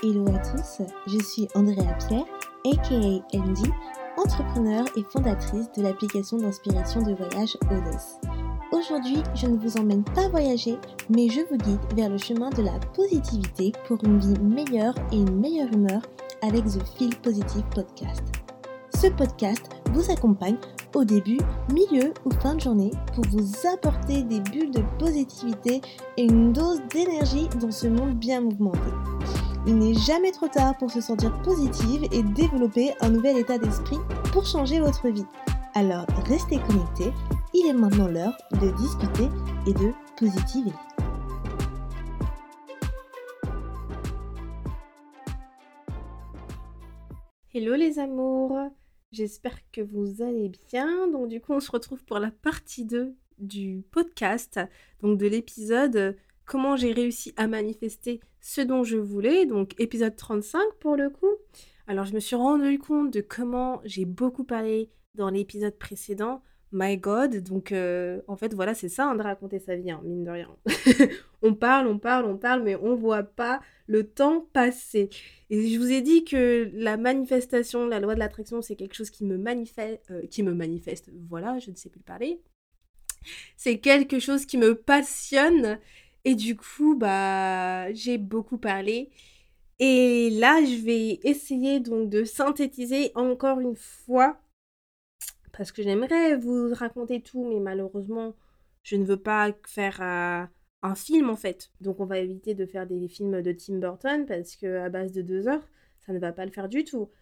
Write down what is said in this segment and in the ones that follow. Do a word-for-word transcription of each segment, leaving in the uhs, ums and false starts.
Hello à tous, je suis Andrea Pierre, aka M D, entrepreneur et fondatrice de l'application d'inspiration de voyage Odos. Aujourd'hui, je ne vous emmène pas voyager, mais je vous guide vers le chemin de la positivité pour une vie meilleure et une meilleure humeur avec The Feel Positive Podcast. Ce podcast vous accompagne au début, milieu ou fin de journée pour vous apporter des bulles de positivité et une dose d'énergie dans ce monde bien mouvementé. Il n'est jamais trop tard pour se sentir positive et développer un nouvel état d'esprit pour changer votre vie. Alors restez connectés, il est maintenant l'heure de discuter et de positiver. Hello les amours, j'espère que vous allez bien. Donc du coup on se retrouve pour la partie deux du podcast, donc de l'épisode comment j'ai réussi à manifester ce dont je voulais, donc épisode trente-cinq pour le coup. Alors je me suis rendu compte de comment j'ai beaucoup parlé dans l'épisode précédent, my god, donc euh, en fait voilà c'est ça hein, de raconter sa vie, hein, mine de rien. on parle, on parle, on parle, mais on voit pas le temps passer. Et je vous ai dit que la manifestation, la loi de l'attraction, c'est quelque chose qui me manifeste, euh, qui me manifeste, voilà, je ne sais plus parler. C'est quelque chose qui me passionne. Et du coup, bah, j'ai beaucoup parlé. Et là, je vais essayer donc de synthétiser encore une fois, parce que j'aimerais vous raconter tout, mais malheureusement, je ne veux pas faire euh, un film en fait. Donc, on va éviter de faire des films de Tim Burton, parce qu'à base de deux heures, ça ne va pas le faire du tout.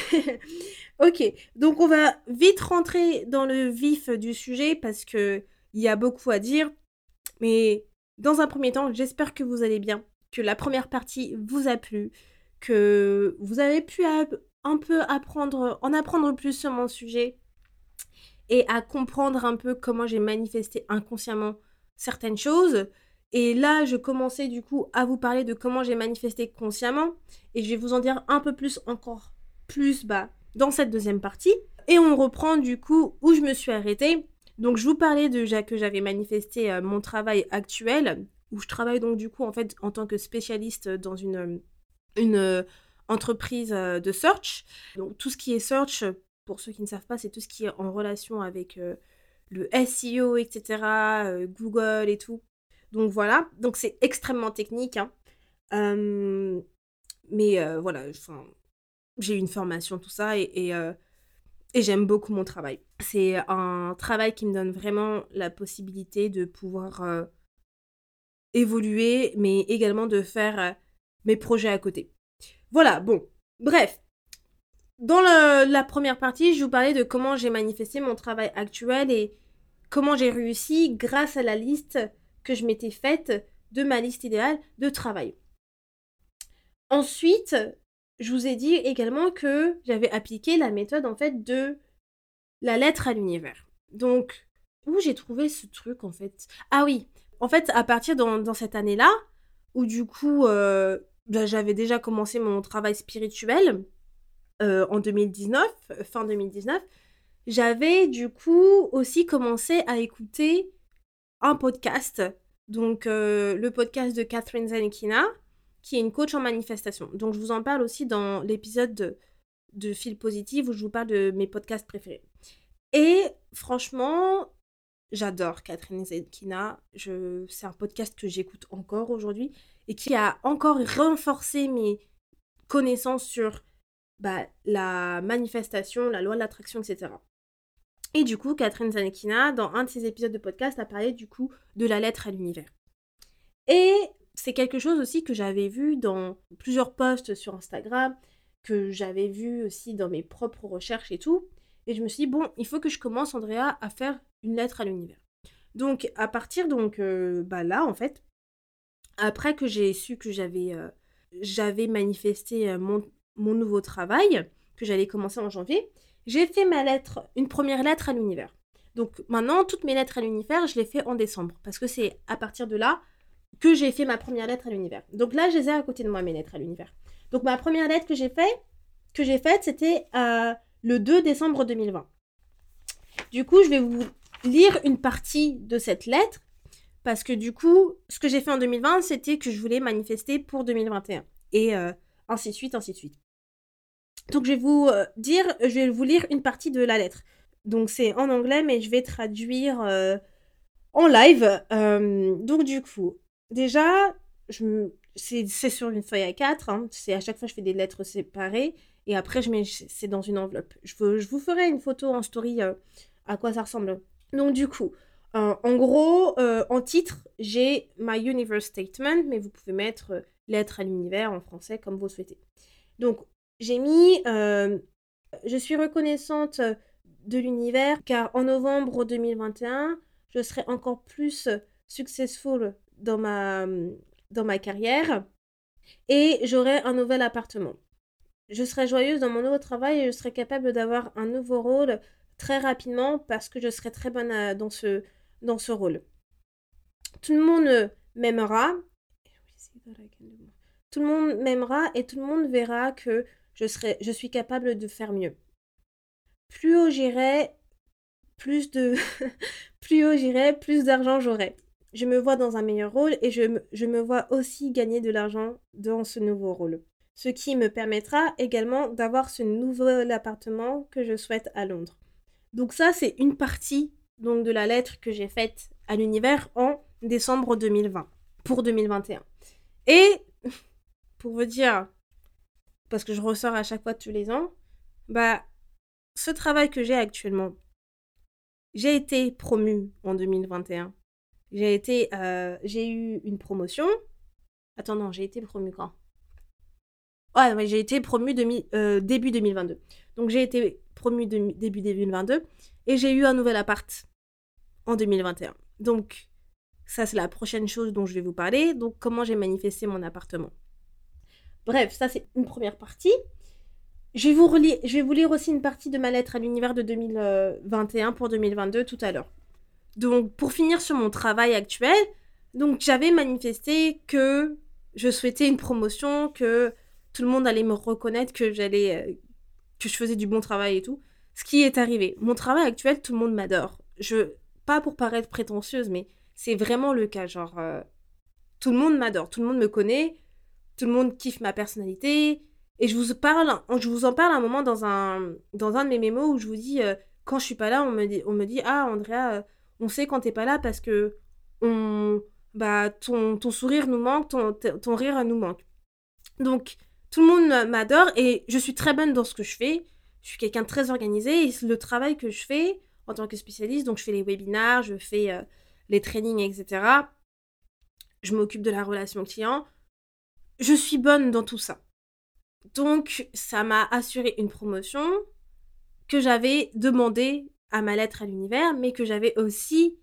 Ok, donc on va vite rentrer dans le vif du sujet, parce qu'il y a beaucoup à dire, mais... Dans un premier temps, j'espère que vous allez bien, que la première partie vous a plu, que vous avez pu un peu apprendre, en apprendre plus sur mon sujet et à comprendre un peu comment j'ai manifesté inconsciemment certaines choses. Et là, je commençais du coup à vous parler de comment j'ai manifesté consciemment et je vais vous en dire un peu plus, encore plus bah, dans cette deuxième partie. Et on reprend du coup où je me suis arrêtée. Donc, je vous parlais de que j'avais manifesté euh, mon travail actuel, où je travaille donc du coup en fait en tant que spécialiste dans une, une euh, entreprise euh, de search. Donc, tout ce qui est search, pour ceux qui ne savent pas, c'est tout ce qui est en relation avec euh, le S E O, et cetera, euh, Google et tout. Donc, voilà. Donc, c'est extrêmement technique. Hein. Euh, mais euh, voilà, j'ai eu une formation, tout ça, et... et euh, Et j'aime beaucoup mon travail. C'est un travail qui me donne vraiment la possibilité de pouvoir euh, évoluer, mais également de faire euh, mes projets à côté. Voilà, bon, bref. Dans le, la première partie, je vous parlais de comment j'ai manifesté mon travail actuel et comment j'ai réussi grâce à la liste que je m'étais faite de ma liste idéale de travail. Ensuite, je vous ai dit également que j'avais appliqué la méthode en fait de la lettre à l'univers. Donc, où j'ai trouvé ce truc en fait? Ah oui, en fait, à partir dans, dans cette année-là, où du coup, euh, bah, j'avais déjà commencé mon travail spirituel euh, en deux mille dix-neuf, fin deux mille dix-neuf, j'avais du coup aussi commencé à écouter un podcast, donc euh, le podcast de Catherine Zenkina, qui est une coach en manifestation. Donc, je vous en parle aussi dans l'épisode de, de Feel Positive où je vous parle de mes podcasts préférés. Et franchement, j'adore Catherine Zenkina. Je... C'est un podcast que j'écoute encore aujourd'hui et qui a encore renforcé mes connaissances sur bah, la manifestation, la loi de l'attraction, et cetera. Et du coup, Catherine Zenkina, dans un de ses épisodes de podcast, a parlé du coup de la lettre à l'univers. Et c'est quelque chose aussi que j'avais vu dans plusieurs posts sur Instagram, que j'avais vu aussi dans mes propres recherches et tout. Et je me suis dit, bon, il faut que je commence, Andrea, à faire une lettre à l'univers. Donc, à partir donc, euh, bah là, en fait, après que j'ai su que j'avais, euh, j'avais manifesté euh, mon, mon nouveau travail, que j'allais commencer en janvier, j'ai fait ma lettre, une première lettre à l'univers. Donc, maintenant, toutes mes lettres à l'univers, je les fais en décembre. Parce que c'est à partir de là que j'ai fait ma première lettre à l'univers. Donc là, je les ai à côté de moi, mes lettres à l'univers. Donc, ma première lettre que j'ai, fait, que j'ai faite, c'était... Euh, le deux décembre deux mille vingt. Du coup, je vais vous lire une partie de cette lettre parce que du coup, ce que j'ai fait en deux mille vingt, c'était que je voulais manifester pour deux mille vingt et un. Et euh, ainsi de suite, ainsi de suite. Donc je vais vous euh, dire, je vais vous lire une partie de la lettre. Donc c'est en anglais, mais je vais traduire euh, en live. Euh, donc du coup, déjà, je me- c'est c'est sur une feuille A quatre. Hein. C'est à chaque fois je fais des lettres séparées et après je mets c'est dans une enveloppe. Je, veux- je vous ferai une photo en story euh, à quoi ça ressemble. Donc du coup, euh, en gros, euh, en titre, j'ai My Universe Statement, mais vous pouvez mettre euh, lettre à l'univers en français comme vous souhaitez. Donc j'ai mis euh, je suis reconnaissante de l'univers car en novembre deux mille vingt et un, je serai encore plus successful dans ma, dans ma carrière et j'aurai un nouvel appartement. Je serai joyeuse dans mon nouveau travail et je serai capable d'avoir un nouveau rôle très rapidement parce que je serai très bonne à- dans, ce, dans ce rôle. Tout le monde m'aimera. Tout le monde m'aimera et tout le monde verra que je, serai, je suis capable de faire mieux. Plus haut j'irai, plus de plus haut j'irai, plus d'argent j'aurai. Je me vois dans un meilleur rôle et je me, je me vois aussi gagner de l'argent dans ce nouveau rôle. Ce qui me permettra également d'avoir ce nouvel appartement que je souhaite à Londres. Donc ça, c'est une partie donc, de la lettre que j'ai faite à l'univers en décembre deux mille vingt, pour deux mille vingt et un. Et pour vous dire, parce que je ressors à chaque fois tous les ans, bah, ce travail que j'ai actuellement, j'ai été promue en deux mille vingt et un. J'ai été, euh, j'ai eu une promotion. Attends, non, j'ai été promue quand? Ouais, ouais, j'ai été promue demi, euh, début deux mille vingt-deux. Donc j'ai été promue de, début deux mille vingt-deux et j'ai eu un nouvel appart en deux mille vingt et un. Donc ça, c'est la prochaine chose dont je vais vous parler. Donc comment j'ai manifesté mon appartement. Bref, ça c'est une première partie. Je vais, vous relire, je vais vous lire aussi une partie de ma lettre à l'univers de deux mille vingt et un pour deux mille vingt-deux tout à l'heure. Donc, pour finir sur mon travail actuel, donc j'avais manifesté que je souhaitais une promotion, que tout le monde allait me reconnaître, que j'allais, euh, que je faisais du bon travail et tout. Ce qui est arrivé. Mon travail actuel, tout le monde m'adore. Je, pas pour paraître prétentieuse, mais c'est vraiment le cas. Genre, euh, tout le monde m'adore, tout le monde me connaît, tout le monde kiffe ma personnalité. Et je vous parle, je vous en parle un moment dans un, dans un de mes mémos où je vous dis, euh, quand je suis pas là, on me dit, on me dit ah Andrea, euh, on sait quand t'es pas là parce que on, bah, ton, ton sourire nous manque, ton, ton rire nous manque. Donc, tout le monde m'adore et je suis très bonne dans ce que je fais. Je suis quelqu'un de très organisé et le travail que je fais en tant que spécialiste, donc je fais les webinaires, je fais euh, les trainings, et cetera. Je m'occupe de la relation client. Je suis bonne dans tout ça. Donc, ça m'a assuré une promotion que j'avais demandé à ma lettre à l'univers, mais que j'avais aussi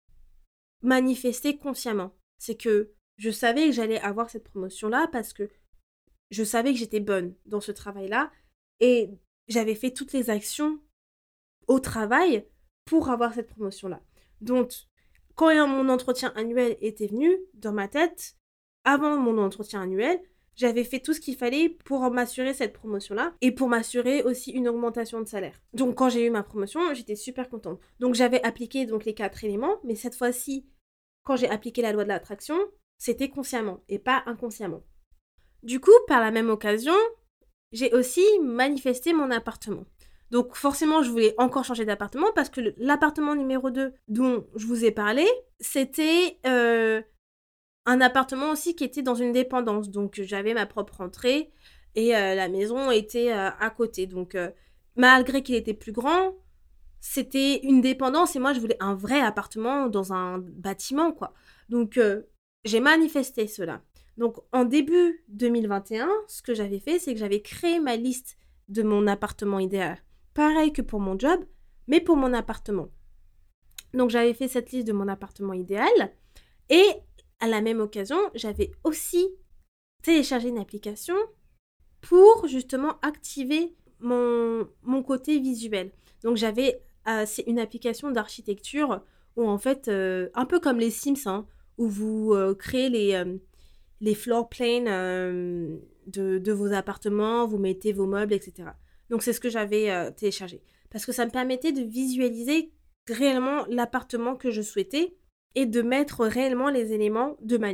manifesté consciemment. C'est que je savais que j'allais avoir cette promotion-là parce que je savais que j'étais bonne dans ce travail-là et j'avais fait toutes les actions au travail pour avoir cette promotion-là. Donc, quand mon entretien annuel était venu, dans ma tête, avant mon entretien annuel, j'avais fait tout ce qu'il fallait pour m'assurer cette promotion-là et pour m'assurer aussi une augmentation de salaire. Donc quand j'ai eu ma promotion, j'étais super contente. Donc j'avais appliqué donc les quatre éléments, mais cette fois-ci, quand j'ai appliqué la loi de l'attraction, c'était consciemment et pas inconsciemment. Du coup, par la même occasion, j'ai aussi manifesté mon appartement. Donc forcément, je voulais encore changer d'appartement parce que l'appartement numéro deux dont je vous ai parlé, c'était euh, un appartement aussi qui était dans une dépendance. Donc j'avais ma propre entrée et euh, la maison était euh, à côté. Donc euh, malgré qu'il était plus grand, c'était une dépendance et moi je voulais un vrai appartement dans un bâtiment quoi. Donc euh, j'ai manifesté cela. Donc en début deux mille vingt et un, ce que j'avais fait, c'est que j'avais créé ma liste de mon appartement idéal. Pareil que pour mon job, mais pour mon appartement. Donc j'avais fait cette liste de mon appartement idéal et à la même occasion, j'avais aussi téléchargé une application pour justement activer mon, mon côté visuel. Donc j'avais, euh, c'est une application d'architecture où en fait, euh, un peu comme les Sims, hein, où vous euh, créez les, euh, les floor plans euh, de, de vos appartements, vous mettez vos meubles, et cetera. Donc c'est ce que j'avais euh, téléchargé. Parce que ça me permettait de visualiser réellement l'appartement que je souhaitais et de mettre réellement les éléments de ma liste.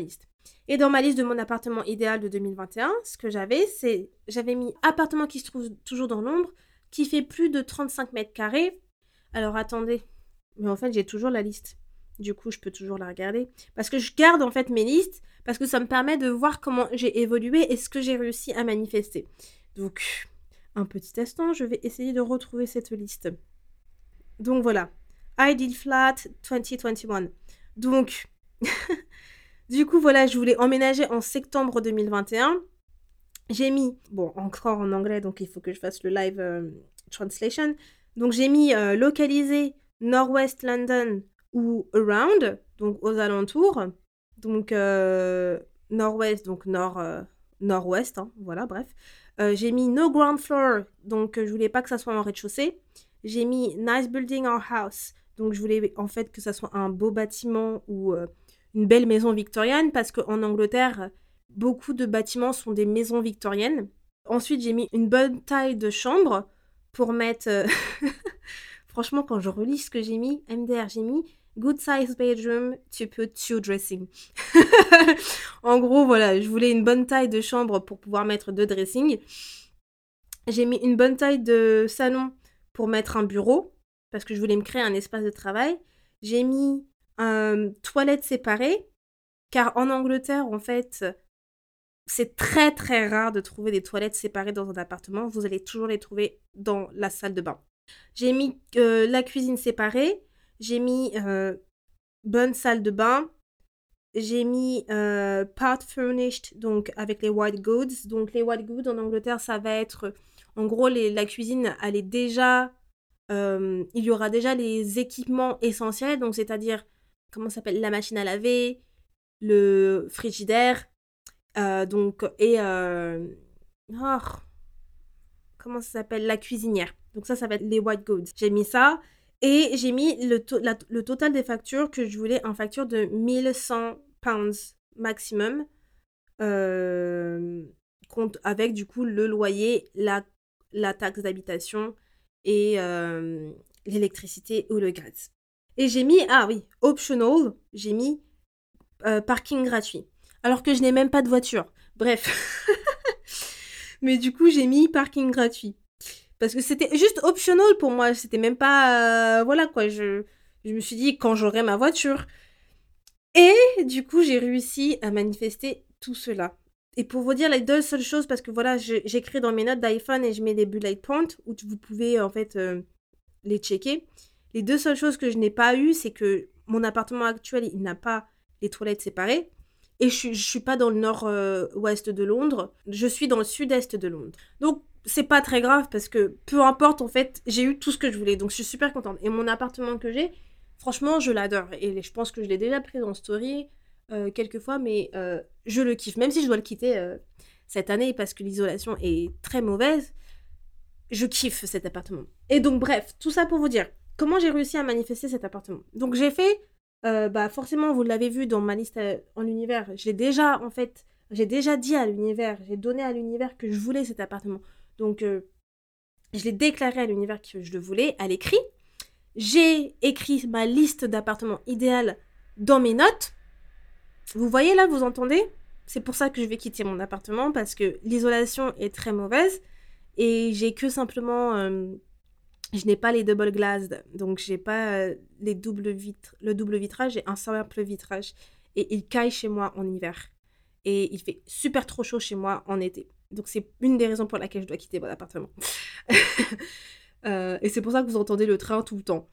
Et dans ma liste de mon appartement idéal de deux mille vingt et un, ce que j'avais, c'est... J'avais mis appartement qui se trouve toujours dans l'ombre, qui fait plus de trente-cinq mètres carrés. Alors attendez, mais en fait j'ai toujours la liste. Du coup, je peux toujours la regarder. Parce que je garde en fait mes listes, parce que ça me permet de voir comment j'ai évolué et ce que j'ai réussi à manifester. Donc, un petit instant, je vais essayer de retrouver cette liste. Donc voilà, Ideal Flat vingt vingt et un. Donc, du coup, voilà, je voulais emménager en septembre deux mille vingt et un. J'ai mis, bon, encore en anglais, donc il faut que je fasse le live euh, translation. Donc, j'ai mis euh, localisé Northwest London ou around, donc aux alentours. Donc, euh, Nord-Ouest, donc nord, euh, Nord-Ouest, hein, voilà, bref. Euh, j'ai mis no ground floor, donc euh, je voulais pas que ça soit en rez-de-chaussée. J'ai mis nice building or house, donc je voulais en fait que ça soit un beau bâtiment ou euh, une belle maison victorienne, parce qu'en Angleterre, beaucoup de bâtiments sont des maisons victoriennes. Ensuite, j'ai mis une bonne taille de chambre pour mettre... euh, Franchement, quand je relis ce que j'ai mis, M D R, j'ai mis good size bedroom to put two dressing. En gros, voilà, je voulais une bonne taille de chambre pour pouvoir mettre deux dressings. J'ai mis une bonne taille de salon pour mettre un bureau, parce que je voulais me créer un espace de travail. J'ai mis euh, toilettes séparées, car en Angleterre, en fait, c'est très très rare de trouver des toilettes séparées dans un appartement. Vous allez toujours les trouver dans la salle de bain. J'ai mis euh, la cuisine séparée. J'ai mis euh, bonne salle de bain. J'ai mis euh, part furnished, donc avec les white goods. Donc les white goods en Angleterre, ça va être... En gros, les, la cuisine, elle est déjà... Euh, il y aura déjà les équipements essentiels. Donc c'est-à-dire, comment ça s'appelle, la machine à laver, le frigidaire, euh, donc, et... Euh, oh, comment ça s'appelle, la cuisinière. Donc ça, ça va être les white goods. J'ai mis ça. Et j'ai mis le, to- la- le total des factures que je voulais en facture de mille cent pounds maximum. Euh, compte avec du coup le loyer, la, la taxe d'habitation et euh, l'électricité ou le gaz. Et j'ai mis, ah oui, optional, j'ai mis euh, parking gratuit. Alors que je n'ai même pas de voiture. Bref. Mais du coup, j'ai mis parking gratuit. Parce que c'était juste optional pour moi. C'était même pas... euh, voilà quoi. Je, je me suis dit quand j'aurai ma voiture. Et du coup, j'ai réussi à manifester tout cela. Et pour vous dire les deux seules choses, parce que voilà, je- j'écris dans mes notes d'iPhone et je mets des bullet points où vous pouvez en fait euh, les checker. Les deux seules choses que je n'ai pas eues, c'est que mon appartement actuel, il n'a pas les toilettes séparées. Et je, suis- je suis pas dans le nord-ouest de Londres, je suis dans le sud-est de Londres. Donc, c'est pas très grave parce que peu importe, en fait, j'ai eu tout ce que je voulais. Donc, je suis super contente. Et mon appartement que j'ai, franchement, je l'adore. Et je pense que je l'ai déjà pris en story euh, quelques fois, mais euh, je le kiffe. Même si je dois le quitter euh, cette année parce que l'isolation est très mauvaise, je kiffe cet appartement. Et donc, bref, tout ça pour vous dire comment j'ai réussi à manifester cet appartement. Donc, j'ai fait, euh, bah, forcément, vous l'avez vu dans ma liste euh, en univers, j'ai déjà, en fait, j'ai déjà dit à l'univers, j'ai donné à l'univers que je voulais cet appartement. Donc, euh, je l'ai déclaré à l'univers que je le voulais à l'écrit. J'ai écrit ma liste d'appartements idéal dans mes notes. Vous voyez là, vous entendez? C'est pour ça que je vais quitter mon appartement parce que l'isolation est très mauvaise et j'ai que simplement... euh, je n'ai pas les double glazed, donc j'ai pas euh, les doubles vitres, le double vitrage, j'ai un simple vitrage. Et il caille chez moi en hiver. Et il fait super trop chaud chez moi en été. Donc c'est une des raisons pour laquelle je dois quitter mon appartement. Euh, et c'est pour ça que vous entendez le train tout le temps.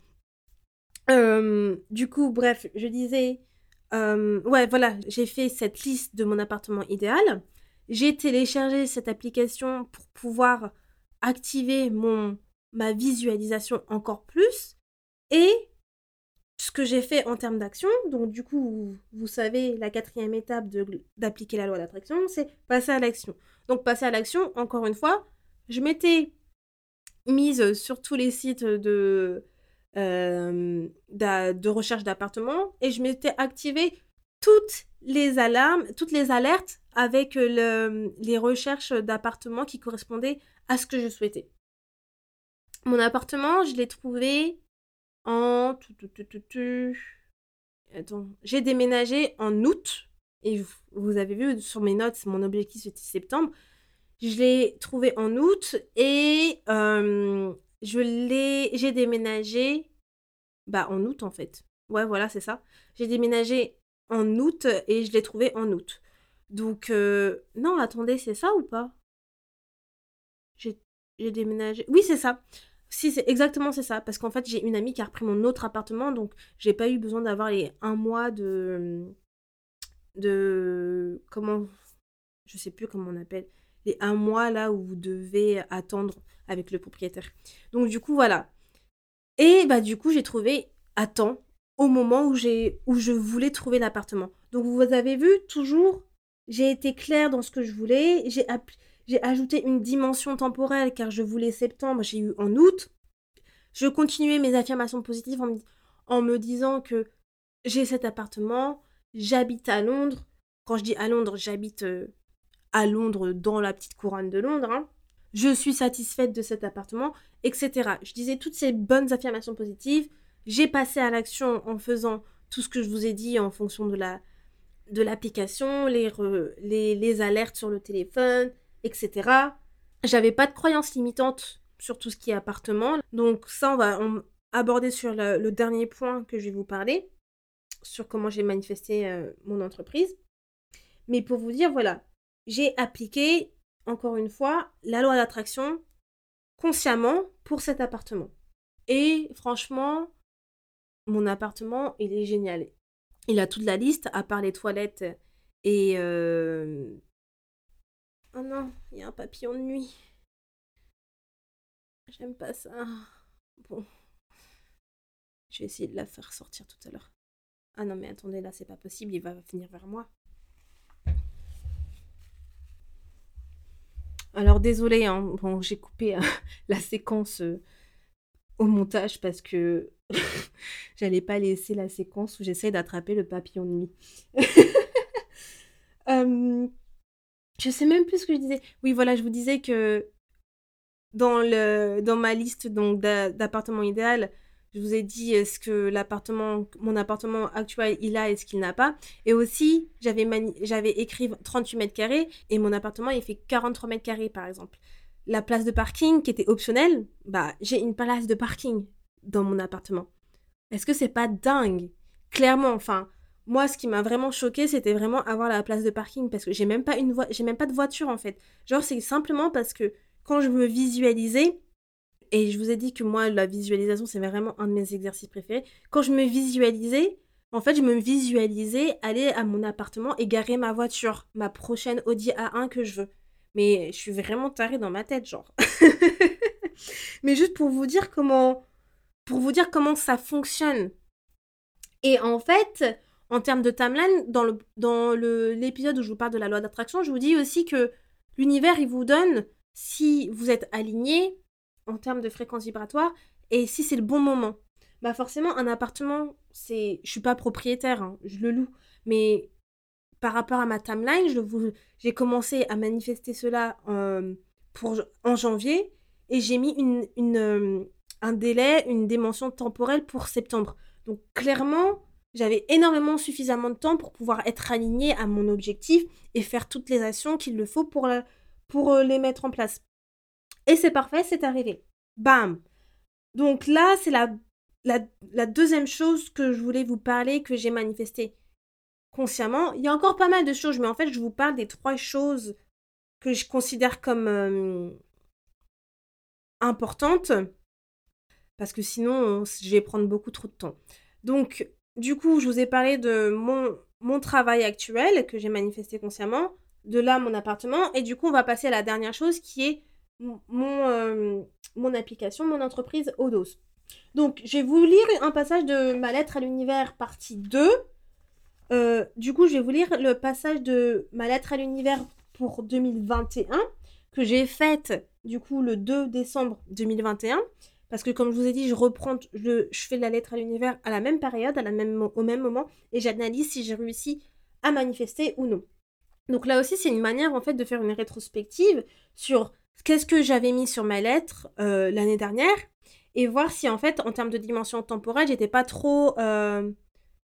Euh, du coup, bref, je disais... euh, ouais, voilà, j'ai fait cette liste de mon appartement idéal. J'ai téléchargé cette application pour pouvoir activer mon, ma visualisation encore plus. Et ce que j'ai fait en termes d'action, donc du coup, vous, vous savez, la quatrième étape de- d'appliquer la loi d'attraction, c'est passer à l'action. Donc passer à l'action, encore une fois, je m'étais mise sur tous les sites de, euh, d'a- de recherche d'appartements et je m'étais activé toutes les alarmes, toutes les alertes avec le, les recherches d'appartements qui correspondaient à ce que je souhaitais. Mon appartement, je l'ai trouvé en... tu, tu, tu, tu, tu. Attends, j'ai déménagé en août. et vous, vous avez vu sur mes notes, mon objectif c'était septembre. Je l'ai trouvé en août et euh, je l'ai, j'ai déménagé bah, en août en fait. Ouais, voilà, c'est ça. J'ai déménagé en août et je l'ai trouvé en août. Donc, euh, non, attendez, c'est ça ou pas? J'ai j'ai déménagé. Oui, c'est ça. Si, c'est exactement c'est ça. Parce qu'en fait, j'ai une amie qui a repris mon autre appartement, donc j'ai pas eu besoin d'avoir les un mois de. de. Comment. Je sais plus comment on appelle. Les un mois là où vous devez attendre avec le propriétaire. Donc, du coup, voilà. Et bah, du coup, j'ai trouvé à temps, au moment où, j'ai, où je voulais trouver l'appartement. Donc, vous avez vu, toujours, j'ai été claire dans ce que je voulais. J'ai, app- j'ai ajouté une dimension temporelle car je voulais septembre, j'ai eu en août. Je continuais mes affirmations positives en me, en me disant que j'ai cet appartement, j'habite à Londres. Quand je dis à Londres, j'habite euh, à Londres, dans la petite couronne de Londres, hein. Je suis satisfaite de cet appartement, et cetera. Je disais toutes ces bonnes affirmations positives. J'ai passé à l'action en faisant tout ce que je vous ai dit en fonction de la de l'application, les, re- les, les alertes sur le téléphone, et cetera. J'avais pas de croyances limitantes sur tout ce qui est appartement. Donc ça, on va on- aborder sur le, le dernier point que je vais vous parler, sur comment j'ai manifesté euh, mon entreprise. Mais pour vous dire, voilà, j'ai appliqué, encore une fois, la loi d'attraction consciemment pour cet appartement. Et franchement, mon appartement, il est génial. Il a toute la liste, à part les toilettes et... Euh... Oh non, il y a un papillon de nuit. J'aime pas ça. Bon, je vais essayer de la faire sortir tout à l'heure. Ah non, mais attendez, là, c'est pas possible, il va venir vers moi. Alors, désolé, hein. Bon, j'ai coupé euh, la séquence euh, au montage parce que j'allais pas laisser la séquence où j'essaie d'attraper le papillon de nuit. euh, je sais même plus ce que je disais. Oui, voilà, je vous disais que dans, le, dans ma liste donc, d'a- d'appartements idéal, je vous ai dit est-ce que l'appartement, mon appartement actuel, il a et ce qu'il n'a pas. Et aussi, j'avais, mani- j'avais écrit trente-huit mètres carrés et mon appartement, il fait quarante-trois mètres carrés, par exemple. La place de parking qui était optionnelle, bah, j'ai une place de parking dans mon appartement. Est-ce que c'est pas dingue? Clairement, enfin, moi, ce qui m'a vraiment choqué, c'était vraiment avoir la place de parking parce que j'ai même pas une vo- j'ai même pas de voiture en fait. Genre, c'est simplement parce que quand je me visualisais, et je vous ai dit que moi, la visualisation, c'est vraiment un de mes exercices préférés. Quand je me visualisais, en fait, je me visualisais aller à mon appartement et garer ma voiture, ma prochaine Audi A un que je veux. Mais je suis vraiment tarée dans ma tête, genre. Mais juste pour vous dire comment, pour vous dire comment ça fonctionne. Et en fait, en termes de timeline, dans le, dans le, l'épisode où je vous parle de la loi d'attraction, je vous dis aussi que l'univers, il vous donne, si vous êtes aligné en termes de fréquence vibratoire, et si c'est le bon moment. Bah forcément, un appartement, c'est, je suis pas propriétaire, hein, je le loue, mais par rapport à ma timeline, je vous, j'ai commencé à manifester cela euh, pour, en janvier, et j'ai mis une, une, euh, un délai, une dimension temporelle pour septembre. Donc clairement, j'avais énormément suffisamment de temps pour pouvoir être alignée à mon objectif et faire toutes les actions qu'il le faut pour, la- pour euh, les mettre en place. Et c'est parfait, c'est arrivé. Bam. Donc là, c'est la, la, la deuxième chose que je voulais vous parler, que j'ai manifestée consciemment. Il y a encore pas mal de choses, mais en fait, je vous parle des trois choses que je considère comme euh, importantes, parce que sinon, je vais prendre beaucoup trop de temps. Donc, du coup, je vous ai parlé de mon, mon travail actuel, que j'ai manifesté consciemment, de là, mon appartement, et du coup, on va passer à la dernière chose, qui est mon, euh, mon application, mon entreprise Odos. Donc, je vais vous lire un passage de ma lettre à l'univers, partie deux. Euh, du coup, je vais vous lire le passage de ma lettre à l'univers pour deux mille vingt et un, que j'ai faite, du coup, le deux décembre deux mille vingt et un. Parce que, comme je vous ai dit, je reprends, je, je fais la lettre à l'univers à la même période, à la même, au même moment, et j'analyse si j'ai réussi à manifester ou non. Donc là aussi, c'est une manière, en fait, de faire une rétrospective sur qu'est-ce que j'avais mis sur ma lettre euh, l'année dernière, et voir si, en fait, en termes de dimension temporelle, j'étais pas trop... Euh,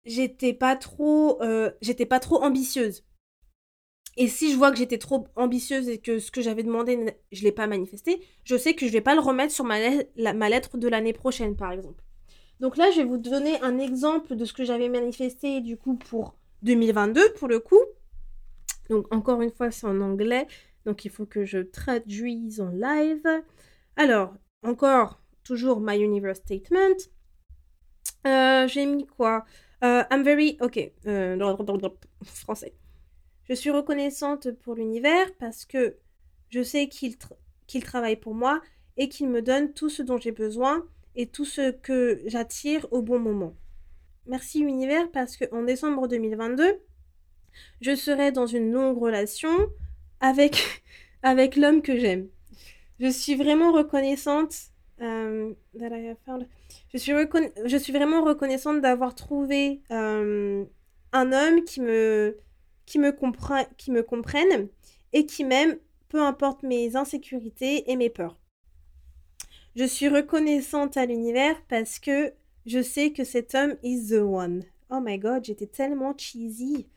j'étais pas trop, heu, j'étais pas trop ambitieuse. Et si je vois que j'étais trop ambitieuse et que ce que j'avais demandé, n je l'ai pas manifesté, je sais que je vais pas le remettre sur ma lett la ma lettre de l'année prochaine, par exemple. Donc là, je vais vous donner un exemple de ce que j'avais manifesté, du coup, pour deux mille vingt-deux, pour le coup. Donc encore une fois, c'est en anglais, donc il faut que je traduise en live. Alors, encore, toujours my universe statement. Heu, j'ai mis quoi? Heu, I'm very OK, heu, français. Je suis reconnaissante pour l'univers parce que je sais qu'il tr qu'il travaille pour moi et qu'il me donne tout ce dont j'ai besoin et tout ce que j'attire au bon moment. Merci univers parce qu'en décembre deux mille vingt-deux, je serai dans une longue relation avec avec l'homme que j'aime. Je suis vraiment reconnaissante, hem, that I have found je suis reconna je suis vraiment reconnaissante d'avoir trouvé, hem, un homme qui me qui me comprend qui me comprenne et qui m'aime, peu importe mes insécurités et mes peurs. Je suis reconnaissante à l'univers parce que je sais que cet homme is the one. Oh my god, j'étais tellement cheesy.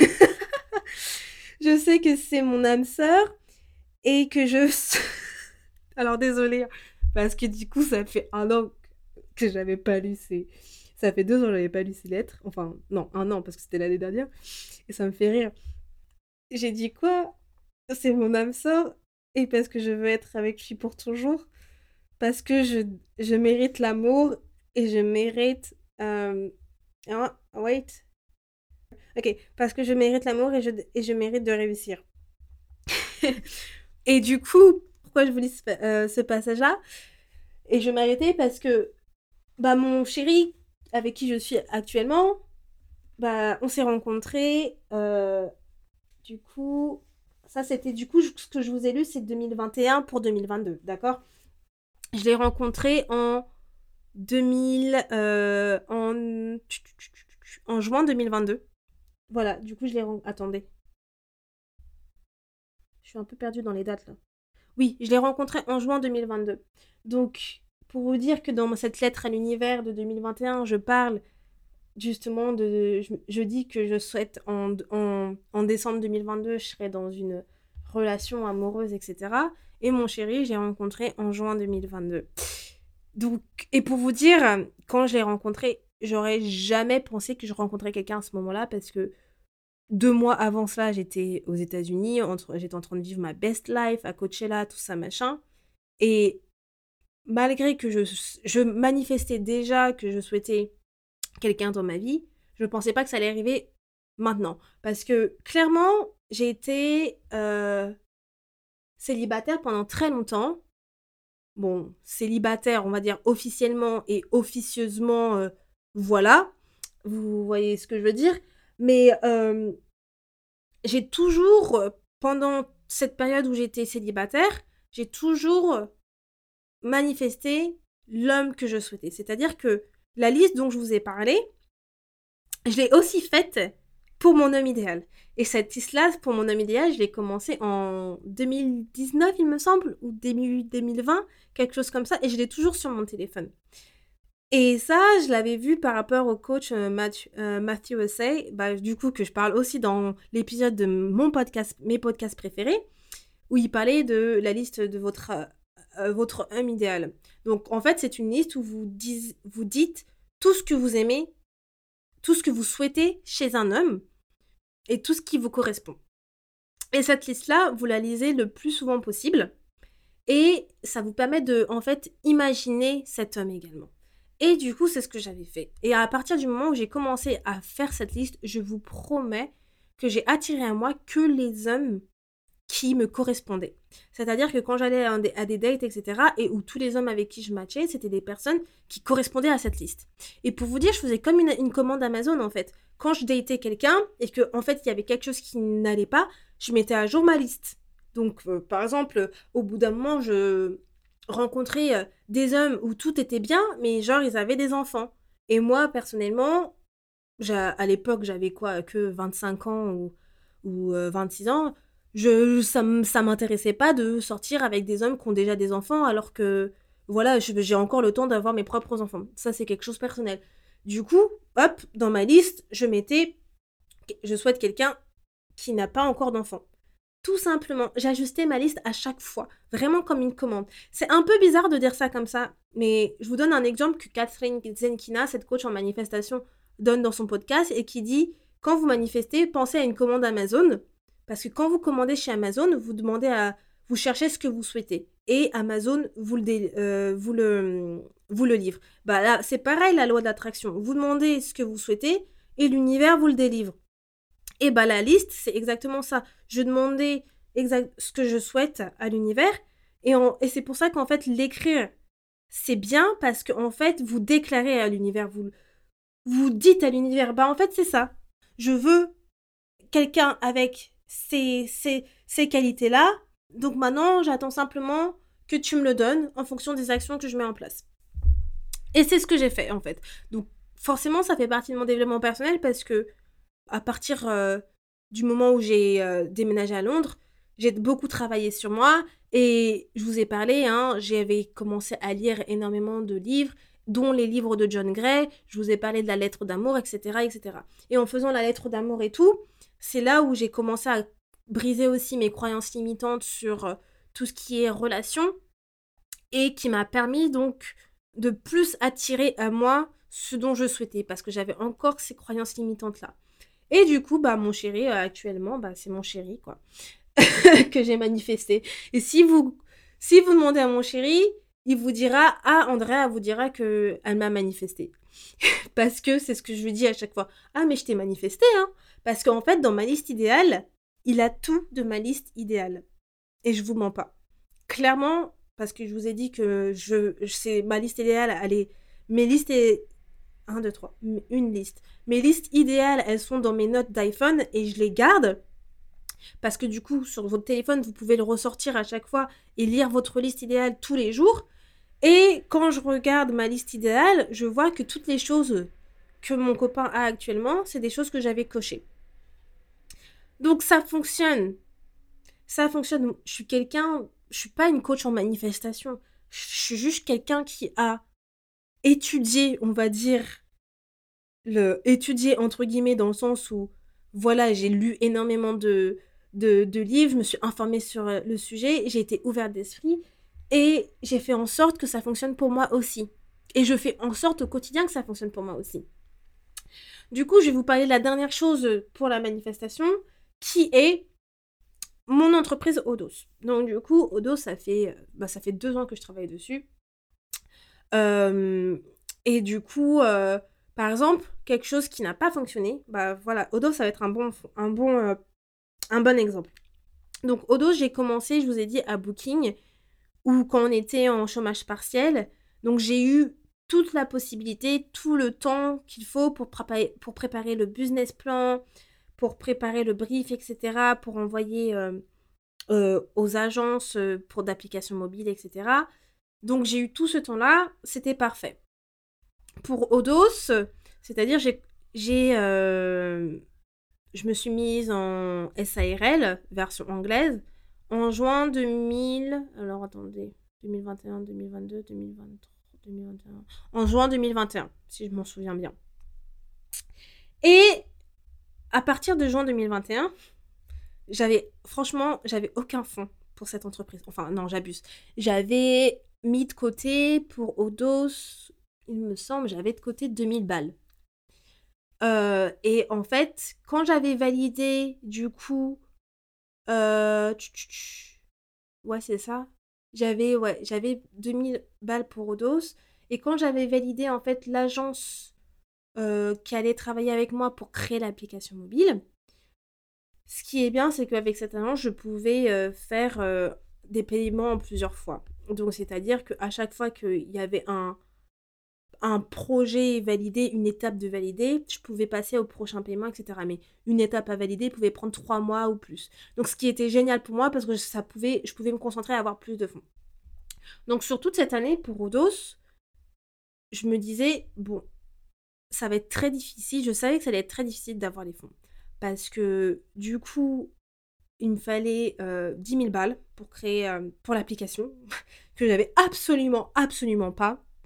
Je sais que c'est mon âme sœur et que je alors désolée, hein, parce que du coup, ça fait un an que j'avais pas lu ces ça fait deux ans que j'avais pas lu ces lettres. Enfin, non, un an parce que c'était l'année dernière et ça me fait rire. J'ai dit quoi? C'est mon âme sœur et parce que je veux être avec lui pour toujours, parce que je je mérite l'amour et je mérite, hem, ah, wait. OK, parce que je mérite l'amour et je et je mérite de réussir. Et du coup, pourquoi je vous lis ce pa heu, ce passage-là? Et je vais m'arrêter parce que, bah, mon chéri, avec qui je suis actuellement, bah, on s'est rencontrés, heu, du coup, ça c'était du coup, j ce que je vous ai lu, c'est deux mille vingt et un pour deux mille vingt-deux, d'accord? Je l'ai rencontré en deux mille, heu, en en juin deux mille vingt-deux. Voilà, du coup, je l'ai ren attendez. Je suis un peu perdue dans les dates là. Oui, je l'ai rencontré en juin deux mille vingt-deux. Donc, pour vous dire que dans cette lettre à l'univers de deux mille vingt et un, je parle justement de. Je, je dis que je souhaite en, en, en décembre deux mille vingt-deux, je serai dans une relation amoureuse, et cetera. Et mon chéri, je l'ai rencontré en juin deux mille vingt-deux. Donc, et pour vous dire, quand je l'ai rencontré, j'aurais jamais pensé que je rencontrais quelqu'un à ce moment-là parce que deux mois avant cela, j'étais aux États-Unis, entre, j'étais en train de vivre ma best life à Coachella, tout ça, machin. Et malgré que je, je manifestais déjà que je souhaitais quelqu'un dans ma vie, je ne pensais pas que ça allait arriver maintenant. Parce que clairement, j'ai été euh, célibataire pendant très longtemps. Bon, célibataire, on va dire officiellement et officieusement, euh, voilà. Vous voyez ce que je veux dire. Mais euh, j'ai toujours, pendant cette période où j'étais célibataire, j'ai toujours manifesté l'homme que je souhaitais. C'est-à-dire que la liste dont je vous ai parlé, je l'ai aussi faite pour mon homme idéal. Et cette liste-là, pour mon homme idéal, je l'ai commencée en deux mille dix-neuf, il me semble, ou début deux mille vingt, quelque chose comme ça, et je l'ai toujours sur mon téléphone. Et ça, je l'avais vu par rapport au coach euh, Matthew, euh, Matthew Hussey, bah, du coup, que je parle aussi dans l'épisode de mon podcast, mes podcasts préférés, où il parlait de la liste de votre, euh, votre homme idéal. Donc, en fait, c'est une liste où vous, dis, vous dites tout ce que vous aimez, tout ce que vous souhaitez chez un homme, et tout ce qui vous correspond. Et cette liste-là, vous la lisez le plus souvent possible, et ça vous permet de, en fait, imaginer cet homme également. Et du coup, c'est ce que j'avais fait. Et à partir du moment où j'ai commencé à faire cette liste, je vous promets que j'ai attiré à moi que les hommes qui me correspondaient. C'est-à-dire que quand j'allais à des dates, et cetera, et où tous les hommes avec qui je matchais, c'était des personnes qui correspondaient à cette liste. Et pour vous dire, je faisais comme une, une commande Amazon, en fait. Quand je datais quelqu'un, et que en fait, il y avait quelque chose qui n'allait pas, je mettais à jour ma liste. Donc, euh, par exemple, au bout d'un moment, je rencontrais euh, des hommes où tout était bien, mais genre, ils avaient des enfants. Et moi, personnellement, à l'époque, j'avais quoi, que vingt-cinq ans ou, ou euh, vingt-six ans, je, ça, ça m'intéressait pas de sortir avec des hommes qui ont déjà des enfants, alors que, voilà, j'ai encore le temps d'avoir mes propres enfants. Ça, c'est quelque chose de personnel. Du coup, hop, dans ma liste, je mettais « Je souhaite quelqu'un qui n'a pas encore d'enfant ». Tout simplement, j'ajustais ma liste à chaque fois, vraiment comme une commande. C'est un peu bizarre de dire ça comme ça, mais je vous donne un exemple que Catherine Zenkina, cette coach en manifestation, donne dans son podcast et qui dit « Quand vous manifestez, pensez à une commande Amazon, parce que quand vous commandez chez Amazon, vous demandez à... vous cherchez ce que vous souhaitez, et Amazon vous le, dé, euh, vous le, vous le livre. Bah là, c'est pareil la loi de l'attraction. Vous demandez ce que vous souhaitez, et l'univers vous le délivre. Et bah la liste, c'est exactement ça. Je demandais exact ce que je souhaite à l'univers. Et, on, et c'est pour ça qu'en fait, l'écrire, c'est bien parce qu'en en fait, vous déclarez à l'univers, vous, vous dites à l'univers, bah en fait, c'est ça. Je veux quelqu'un avec ces, ces, ces qualités-là. Donc maintenant, j'attends simplement que tu me le donnes en fonction des actions que je mets en place. Et c'est ce que j'ai fait, en fait. Donc forcément, ça fait partie de mon développement personnel parce que à partir euh, du moment où j'ai euh, déménagé à Londres, j'ai beaucoup travaillé sur moi et je vous ai parlé, hein, j'avais commencé à lire énormément de livres, dont les livres de John Gray, je vous ai parlé de la lettre d'amour, et cetera, et cetera. Et en faisant la lettre d'amour et tout, c'est là où j'ai commencé à briser aussi mes croyances limitantes sur euh, tout ce qui est relation et qui m'a permis donc de plus attirer à moi ce dont je souhaitais parce que j'avais encore ces croyances limitantes-là. Et du coup, bah, mon chéri, euh, actuellement, bah, c'est mon chéri, quoi, que j'ai manifesté. Et si vous, si vous demandez à mon chéri, il vous dira, ah, Andrea vous dira qu'elle m'a manifesté. Parce que c'est ce que je lui dis à chaque fois. Ah, mais je t'ai manifesté, hein. Parce qu'en fait, dans ma liste idéale, il a tout de ma liste idéale. Et je vous mens pas. Clairement, parce que je vous ai dit que je, c'est ma liste idéale, elle est, mes listes est, un, deux, trois, une liste. Mes listes idéales, elles sont dans mes notes d'iPhone et je les garde parce que du coup, sur votre téléphone, vous pouvez le ressortir à chaque fois et lire votre liste idéale tous les jours. Et quand je regarde ma liste idéale, je vois que toutes les choses que mon copain a actuellement, c'est des choses que j'avais cochées. Donc ça fonctionne. Ça fonctionne. Je suis quelqu'un, je suis pas une coach en manifestation. Je suis juste quelqu'un qui a étudié, on va dire, le étudier entre guillemets dans le sens où voilà, j'ai lu énormément de, de, de livres, je me suis informée sur le sujet, j'ai été ouverte d'esprit et j'ai fait en sorte que ça fonctionne pour moi aussi. Et je fais en sorte au quotidien que ça fonctionne pour moi aussi. Du coup, je vais vous parler de la dernière chose pour la manifestation qui est mon entreprise Odos. Donc du coup, Odos, ça fait, bah, ça fait deux ans que je travaille dessus. Euh, et du coup... Euh, Par exemple, quelque chose qui n'a pas fonctionné, bah voilà, Odos, ça va être un bon, un bon, euh, un bon exemple. Donc, Odos, j'ai commencé, je vous ai dit, à Booking, où quand on était en chômage partiel, donc j'ai eu toute la possibilité, tout le temps qu'il faut pour préparer, pour préparer le business plan, pour préparer le brief, et cetera, pour envoyer euh, euh, aux agences euh, pour d'applications mobiles, et cetera. Donc, j'ai eu tout ce temps-là, c'était parfait. Pour Odos, c'est-à-dire j'ai, j'ai euh, je me suis mise en S A R L, version anglaise, en juin deux mille... Alors attendez, deux mille vingt et un, deux mille vingt-deux, deux mille vingt-trois, deux mille vingt et un... En juin deux mille vingt et un, si je m'en souviens bien. Et à partir de juin deux mille vingt et un, j'avais, franchement, j'avais aucun fonds pour cette entreprise. Enfin, non, j'abuse. J'avais mis de côté pour Odos... il me semble, j'avais de côté deux mille balles. Euh, et en fait, quand j'avais validé, du coup, euh, tch, tch, tch, ouais, c'est ça. J'avais, ouais, j'avais deux mille balles pour Odos. Et quand j'avais validé, en fait, l'agence euh, qui allait travailler avec moi pour créer l'application mobile, ce qui est bien, c'est qu'avec cette agence, je pouvais euh, faire euh, des paiements en plusieurs fois. Donc, c'est-à-dire qu'à chaque fois qu'il y avait un un projet validé, une étape de valider, je pouvais passer au prochain paiement, et cetera. Mais une étape à valider pouvait prendre trois mois ou plus. Donc, ce qui était génial pour moi, parce que ça pouvait, je pouvais me concentrer à avoir plus de fonds. Donc, sur toute cette année, pour Odos, je me disais, bon, ça va être très difficile. Je savais que ça allait être très difficile d'avoir les fonds. Parce que, du coup, il me fallait euh, dix mille balles pour créer, euh, pour l'application, que j'avais absolument, absolument pas.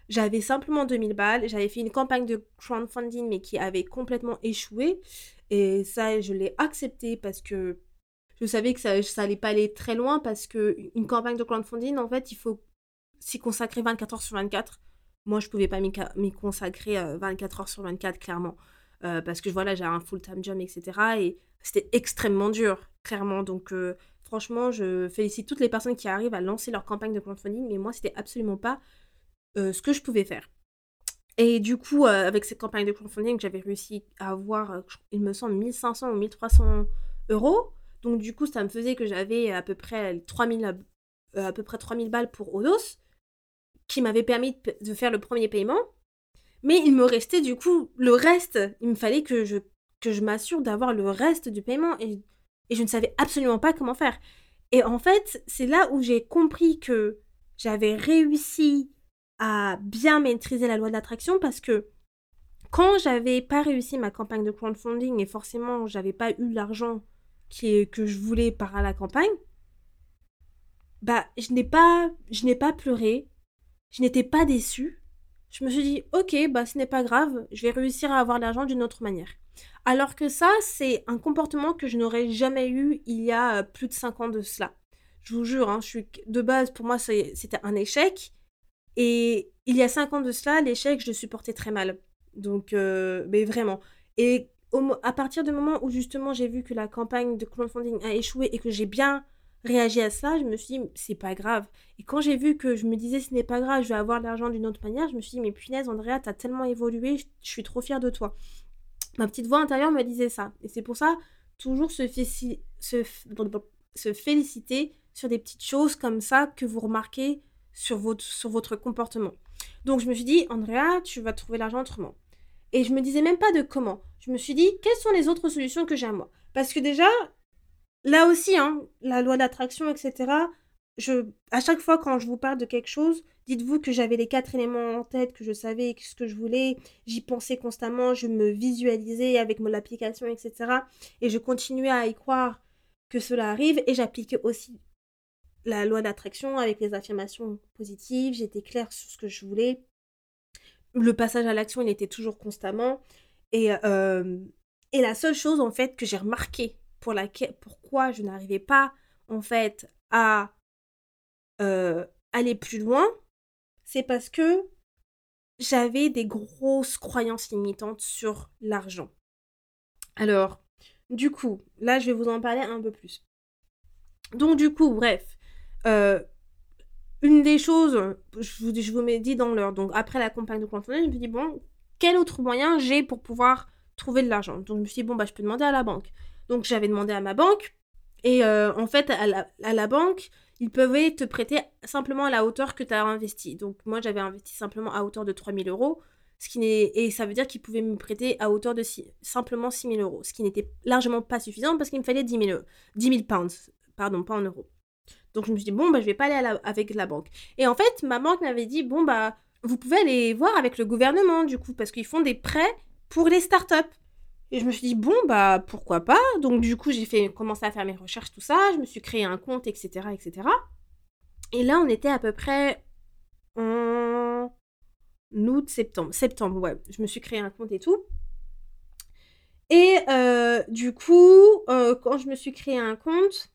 J'avais simplement deux mille balles. J'avais fait une campagne de crowdfunding, mais qui avait complètement échoué. Et ça, je l'ai accepté parce que je savais que ça, ça allait pas aller très loin parce que une campagne de crowdfunding, en fait, il faut s'y consacrer vingt-quatre heures sur vingt-quatre. Moi, je pouvais pas m'y, ca- m'y consacrer euh, vingt-quatre heures sur vingt-quatre, clairement. Euh, parce que voilà, j'ai un full-time job, et cetera. Et c'était extrêmement dur, clairement. Donc, euh, franchement, je félicite toutes les personnes qui arrivent à lancer leur campagne de crowdfunding. Mais moi, c'était absolument pas euh, ce que je pouvais faire. Et du coup, euh, avec cette campagne de crowdfunding, j'avais réussi à avoir, euh, je- il me semble, mille cinq cents ou mille trois cents euros. Donc, du coup, ça me faisait que j'avais à peu près trois mille, euh, à peu près trois mille balles pour Odos, qui m'avait permis de de faire le premier paiement. Mais il me restait du coup le reste. Il me fallait que je, que je m'assure d'avoir le reste du paiement et, et je ne savais absolument pas comment faire. Et en fait, c'est là où j'ai compris que j'avais réussi à bien maîtriser la loi de l'attraction parce que quand j'avais pas réussi ma campagne de crowdfunding et forcément j'avais pas eu l'argent qui, que je voulais par la campagne, bah je n'ai pas, je n'ai pas pleuré, je n'étais pas déçue. Je me suis dit, ok, bah ce n'est pas grave, je vais réussir à avoir l'argent d'une autre manière. Alors que ça, c'est un comportement que je n'aurais jamais eu il y a euh, plus de cinq ans de cela. Je vous jure, hein, je suis de base, pour moi, c'est- c'était un échec. Et il y a cinq ans de cela, l'échec, je le supportais très mal. Donc, euh, mais vraiment. Et au mo- à partir du moment où justement j'ai vu que la campagne de crowdfunding a échoué et que j'ai bien réagi à cela, je me suis dit, c'est pas grave. Et quand j'ai vu que je me disais, ce n'est pas grave, je vais avoir l'argent d'une autre manière, je me suis dit, mais punaise, Andrea, t'as tellement évolué, je, je suis trop fière de toi. Ma petite voix intérieure me disait ça. Et c'est pour ça, toujours se, féci- se, f- se féliciter sur des petites choses comme ça que vous remarquez sur votre, sur votre comportement. Donc je me suis dit, Andrea, tu vas trouver l'argent autrement. Et je me disais même pas de comment. Je me suis dit, quelles sont les autres solutions que j'ai à moi? Parce que déjà, là aussi, hein, la loi d'attraction, et cetera. Je, à chaque fois quand je vous parle de quelque chose, dites-vous que j'avais les quatre éléments en tête, que je savais ce que je voulais, j'y pensais constamment, je me visualisais avec mon application, et cetera. Et je continuais à y croire que cela arrive et j'appliquais aussi la loi d'attraction avec les affirmations positives, j'étais claire sur ce que je voulais. Le passage à l'action, il était toujours constamment. Et, euh, et la seule chose, en fait, que j'ai remarqué pour laquelle, pourquoi je n'arrivais pas, en fait, à euh, aller plus loin, c'est parce que j'avais des grosses croyances limitantes sur l'argent. Alors, du coup, là, je vais vous en parler un peu plus. Donc, du coup, bref, euh, une des choses, je vous, je vous mets dit dans l'heure, donc après la campagne de crowdfunding, je me dis, bon, quel autre moyen j'ai pour pouvoir trouver de l'argent? Donc, je me suis dit, bon, bah, je peux demander à la banque. Donc, j'avais demandé à ma banque, et euh, en fait, à la, à la banque, ils pouvaient te prêter simplement à la hauteur que tu as investi. Donc, moi, j'avais investi simplement à hauteur de trois mille euros, ce qui n'est, et ça veut dire qu'ils pouvaient me prêter à hauteur de six, simplement six mille euros, ce qui n'était largement pas suffisant parce qu'il me fallait dix mille, dix mille pounds, pardon, pas en euros. Donc je me suis dit, bon, bah, je vais pas aller à la- avec la banque. Et en fait, ma banque m'avait dit, bon, bah, vous pouvez aller voir avec le gouvernement, du coup, parce qu'ils font des prêts pour les startups. Et je me suis dit, bon, bah, pourquoi pas. Donc du coup, j'ai fait commencé à faire mes recherches, tout ça. Je me suis créé un compte, et cetera, et cetera. Et là, on était à peu près en août, septembre. Septembre, ouais. Je me suis créé un compte et tout. Et euh, du coup, euh, quand je me suis créé un compte,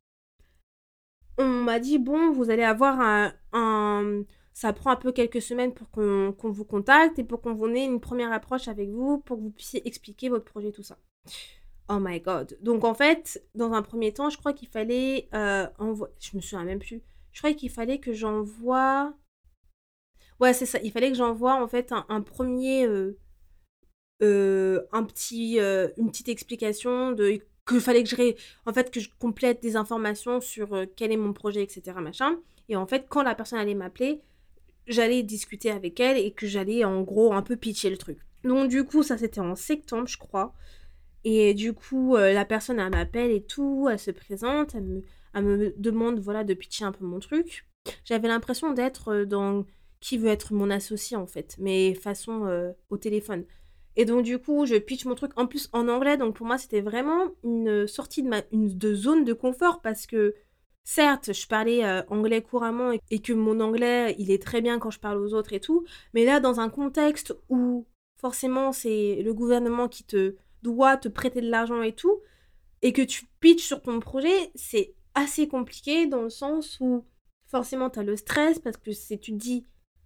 on m'a dit, bon, vous allez avoir un, un- ça prend un peu quelques semaines pour qu'on qu'on vous contacte et pour qu'on vous ait une première approche avec vous, pour que vous puissiez expliquer votre projet, tout ça. Oh my god. Donc en fait, dans un premier temps, je crois qu'il fallait euh, envoyer... Je me souviens même plus. Je crois qu'il fallait que j'envoie... Ouais, c'est ça. Il fallait que j'envoie en fait un, un premier... euh, euh, un petit, euh, une petite explication de que fallait que je ré... en fait que je complète des informations sur euh, quel est mon projet, et cetera machin. Et en fait, quand la personne allait m'appeler, j'allais discuter avec elle et que j'allais en gros un peu pitcher le truc. Donc du coup, ça c'était en septembre, je crois. Et du coup, euh, la personne elle m'appelle et tout, elle se présente, elle me, elle me demande voilà de pitcher un peu mon truc. J'avais l'impression d'être euh, dans qui veut être mon associé en fait, mais façon euh, au téléphone. Et donc du coup, je pitch mon truc en plus en anglais, donc pour moi c'était vraiment une sortie de ma une de zone de confort parce que certes, je parlais euh, anglais couramment et, et que mon anglais, il est très bien quand je parle aux autres et tout, mais là, dans un contexte où forcément c'est le gouvernement qui te doit te prêter de l'argent et tout, et que tu pitches sur ton projet, c'est assez compliqué dans le sens où forcément tu as le stress parce que c'est, tu te dis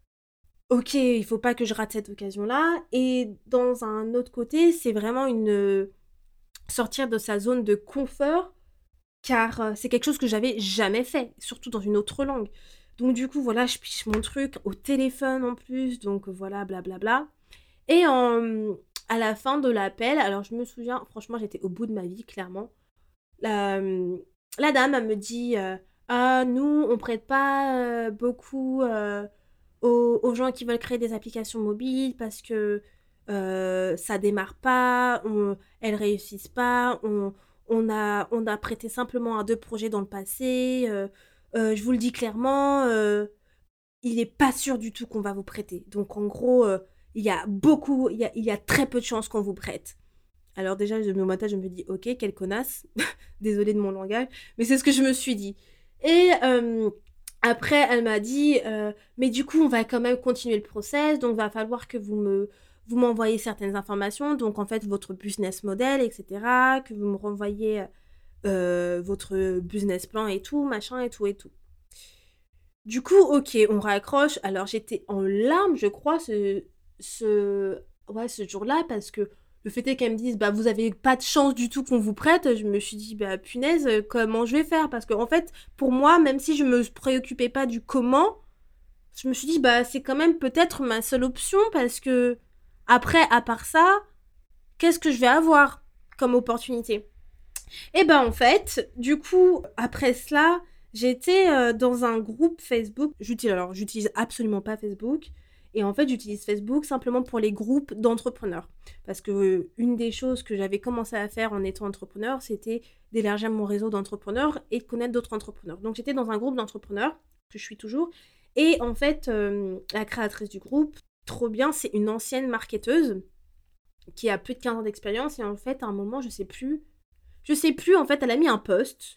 ok, il faut pas que je rate cette occasion-là. Et dans un autre côté, c'est vraiment une sortir de sa zone de confort car euh, c'est quelque chose que j'avais jamais fait, surtout dans une autre langue. Donc du coup, voilà, je piche mon truc au téléphone en plus, donc voilà, blablabla. Et en, à la fin de l'appel, alors je me souviens, franchement, j'étais au bout de ma vie, clairement. La, la dame, elle me dit euh, ah, nous, on prête pas euh, beaucoup euh, aux, aux gens qui veulent créer des applications mobiles parce que euh, ça démarre pas, on, elles réussissent pas, on, on, a, on a prêté simplement à deux projets dans le passé. euh, euh, je vous le dis clairement, euh, il n'est pas sûr du tout qu'on va vous prêter. Donc en gros, euh, il y a beaucoup, il y a, il y a très peu de chances qu'on vous prête. Alors déjà, de mon matin, je me dis, ok, quelle connasse. Désolée de mon langage, mais c'est ce que je me suis dit. Et euh, après, elle m'a dit, euh, mais du coup, on va quand même continuer le process, donc va falloir que vous me vous m'envoyez certaines informations, donc en fait, votre business model, et cetera, que vous me renvoyez euh, votre business plan et tout, machin et tout et tout. Du coup, ok, on raccroche. Alors, j'étais en larmes, je crois, ce, ce, ouais, ce jour-là, parce que le fait est qu'elle me dise, bah, vous avez pas de chance du tout qu'on vous prête. Je me suis dit, bah, punaise, euh, comment je vais faire? Parce que, en fait, pour moi, même si je me préoccupais pas du comment, je me suis dit, bah, c'est quand même peut-être ma seule option, parce que, après, à part ça, qu'est-ce que je vais avoir comme opportunité? Et ben en fait, du coup, après cela, j'étais euh, dans un groupe Facebook. J'utilise, alors, j'utilise absolument pas Facebook. Et en fait, j'utilise Facebook simplement pour les groupes d'entrepreneurs. Parce que euh, une des choses que j'avais commencé à faire en étant entrepreneur, c'était d'élargir mon réseau d'entrepreneurs et de connaître d'autres entrepreneurs. Donc, j'étais dans un groupe d'entrepreneurs, que je suis toujours. Et en fait, euh, la créatrice du groupe, trop bien, c'est une ancienne marketeuse qui a plus de quinze ans d'expérience. Et en fait, à un moment, je sais plus je sais plus, en fait, elle a mis un post.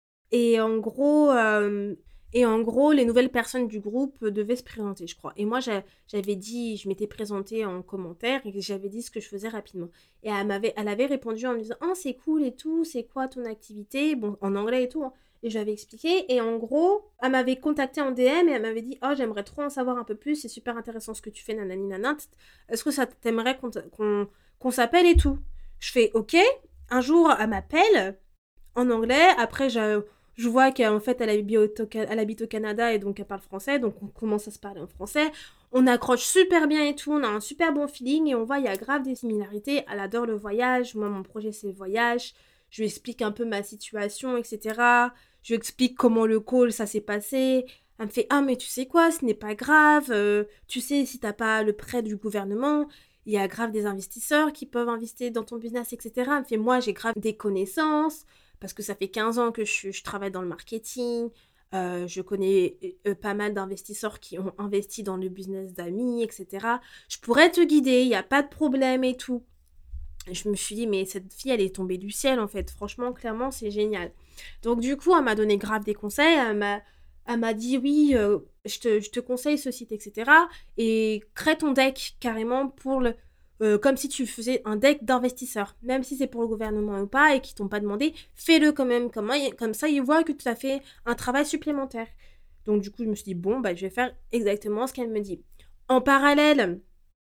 Et en gros, euh, et en gros, les nouvelles personnes du groupe devaient se présenter, je crois. Et moi, j'a- j'avais dit, je m'étais présentée en commentaire et j'avais dit ce que je faisais rapidement. Et elle m'avait, elle avait répondu en me disant, oh, c'est cool et tout, c'est quoi ton activité? Bon, en anglais et tout, hein. Et j'avais expliqué. Et en gros, elle m'avait contacté en D M et elle m'avait dit, oh, j'aimerais trop en savoir un peu plus, c'est super intéressant ce que tu fais, nanani nanana. Est-ce que ça t'aimerait qu'on, t- qu'on, qu'on s'appelle et tout? Je fais, ok. Un jour, elle m'appelle en anglais. Après, je, je vois qu'en fait, elle habite, au, elle habite au Canada et donc elle parle français. Donc, on commence à se parler en français. On accroche super bien et tout. On a un super bon feeling et on voit, il y a grave des similarités. Elle adore le voyage. Moi, mon projet, c'est le voyage. Je lui explique un peu ma situation, et cetera. Je lui explique comment le call, ça s'est passé. Elle me fait, ah, mais tu sais quoi, ce n'est pas grave. Euh, tu sais, si t'as pas le prêt du gouvernement, il y a grave des investisseurs qui peuvent investir dans ton business, et cetera. Elle me fait, moi, j'ai grave des connaissances, parce que ça fait quinze ans que je, je travaille dans le marketing. Euh, je connais euh, pas mal d'investisseurs qui ont investi dans le business d'amis, et cetera. Je pourrais te guider, il n'y a pas de problème et tout. Et je me suis dit, mais cette fille, elle est tombée du ciel, en fait. Franchement, clairement, c'est génial. Donc, du coup, elle m'a donné grave des conseils. Elle m'a, elle m'a dit, oui, euh, je, te, je te conseille ce site, et cetera. Et crée ton deck carrément pour le... euh, comme si tu faisais un deck d'investisseurs. Même si c'est pour le gouvernement ou pas et qu'ils t'ont pas demandé, fais-le quand même. Comme, comme ça, ils voient que tu as fait un travail supplémentaire. Donc, du coup, je me suis dit, bon, bah, je vais faire exactement ce qu'elle me dit. En parallèle,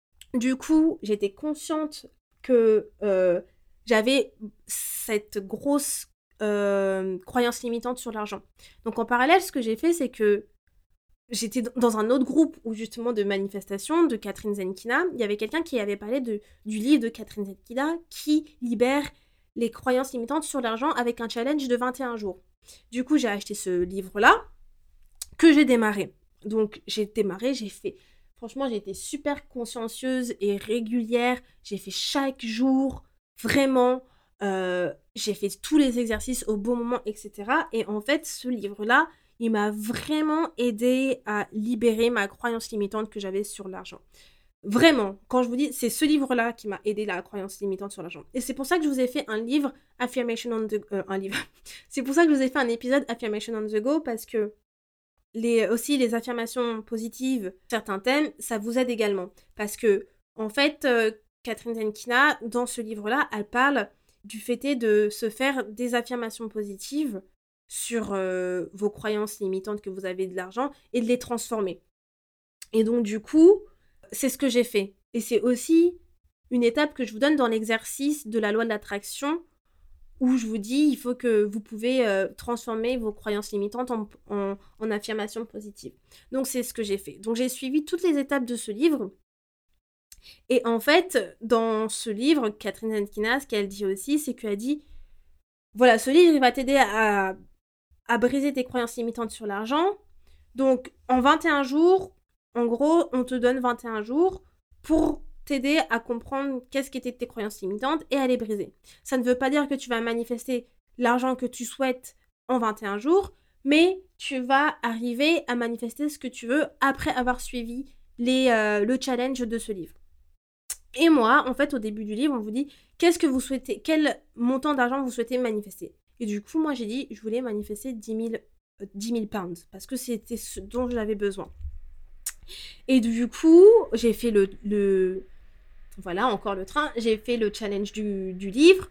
du coup, j'étais consciente que euh, j'avais cette grosse euh, croyance limitante sur l'argent. Donc en parallèle, ce que j'ai fait, c'est que j'étais dans un autre groupe où justement de manifestation de Catherine Zenkina. Il y avait quelqu'un qui avait parlé de, du livre de Catherine Zenkina qui libère les croyances limitantes sur l'argent avec un challenge de vingt et un jours. Du coup, j'ai acheté ce livre-là que j'ai démarré. Donc j'ai démarré, j'ai fait... Franchement, j'ai été super consciencieuse et régulière. J'ai fait chaque jour, vraiment. Euh, j'ai fait tous les exercices au bon moment, et cetera. Et en fait, ce livre-là, il m'a vraiment aidé à libérer ma croyance limitante que j'avais sur l'argent. Vraiment, quand je vous dis, c'est ce livre-là qui m'a aidé la croyance limitante sur l'argent. Et c'est pour ça que je vous ai fait un livre, Affirmation on the... Euh, un livre. C'est pour ça que je vous ai fait un épisode Affirmation on the go, parce que les, aussi les affirmations positives, certains thèmes, ça vous aide également. Parce que, en fait, euh, Catherine Zenkina, dans ce livre-là, elle parle du fait de se faire des affirmations positives sur euh, vos croyances limitantes que vous avez de l'argent et de les transformer. Et donc, du coup, c'est ce que j'ai fait. Et c'est aussi une étape que je vous donne dans l'exercice de la loi de l'attraction, où je vous dis, il faut que vous pouvez euh, transformer vos croyances limitantes en, en, en affirmations positives. Donc, c'est ce que j'ai fait. Donc, j'ai suivi toutes les étapes de ce livre. Et en fait, dans ce livre, Catherine Zenkina, ce qu'elle dit aussi, c'est qu'elle dit, voilà, ce livre, il va t'aider à, à briser tes croyances limitantes sur l'argent. Donc, en vingt et un jours, en gros, on te donne vingt et un jours pour t'aider à comprendre qu'est-ce qui était tes croyances limitantes et à les briser. Ça ne veut pas dire que tu vas manifester l'argent que tu souhaites en vingt et un jours, mais tu vas arriver à manifester ce que tu veux après avoir suivi les, euh, le challenge de ce livre. Et moi, en fait, au début du livre, on vous dit qu'est-ce que vous souhaitez, quel montant d'argent vous souhaitez manifester. Et du coup, moi, j'ai dit, je voulais manifester dix mille pounds, parce que c'était ce dont j'avais besoin. Et du coup, j'ai fait le, le... Voilà, encore le train. J'ai fait le challenge du, du livre.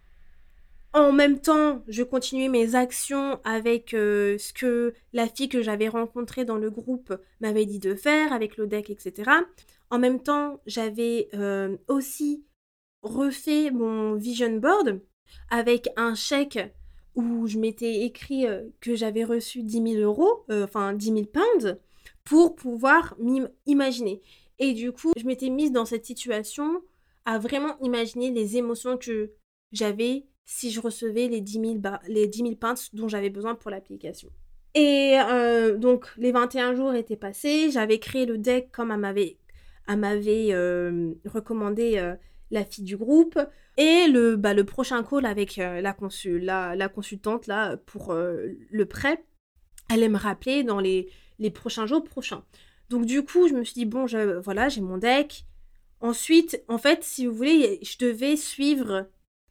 En même temps, je continuais mes actions avec euh, ce que la fille que j'avais rencontrée dans le groupe m'avait dit de faire, avec le deck, et cetera. En même temps, j'avais euh, aussi refait mon vision board avec un chèque où je m'étais écrit euh, que j'avais reçu dix mille euros, euh, enfin dix mille pounds, pour pouvoir m'imaginer. Et du coup, je m'étais mise dans cette situation à vraiment imaginer les émotions que j'avais si je recevais les dix mille, ba- les dix mille pounds dont j'avais besoin pour l'application. Et euh, donc, les vingt et un jours étaient passés. J'avais créé le deck comme elle m'avait, elle m'avait euh, recommandé euh, la fille du groupe. Et le, bah, le prochain call avec euh, la, consul, la, la consultante là, pour euh, le prêt, elle allait me rappeler dans les, les prochains jours prochains. Donc du coup, je me suis dit, bon, je, voilà, j'ai mon deck. Ensuite, en fait, si vous voulez, je devais suivre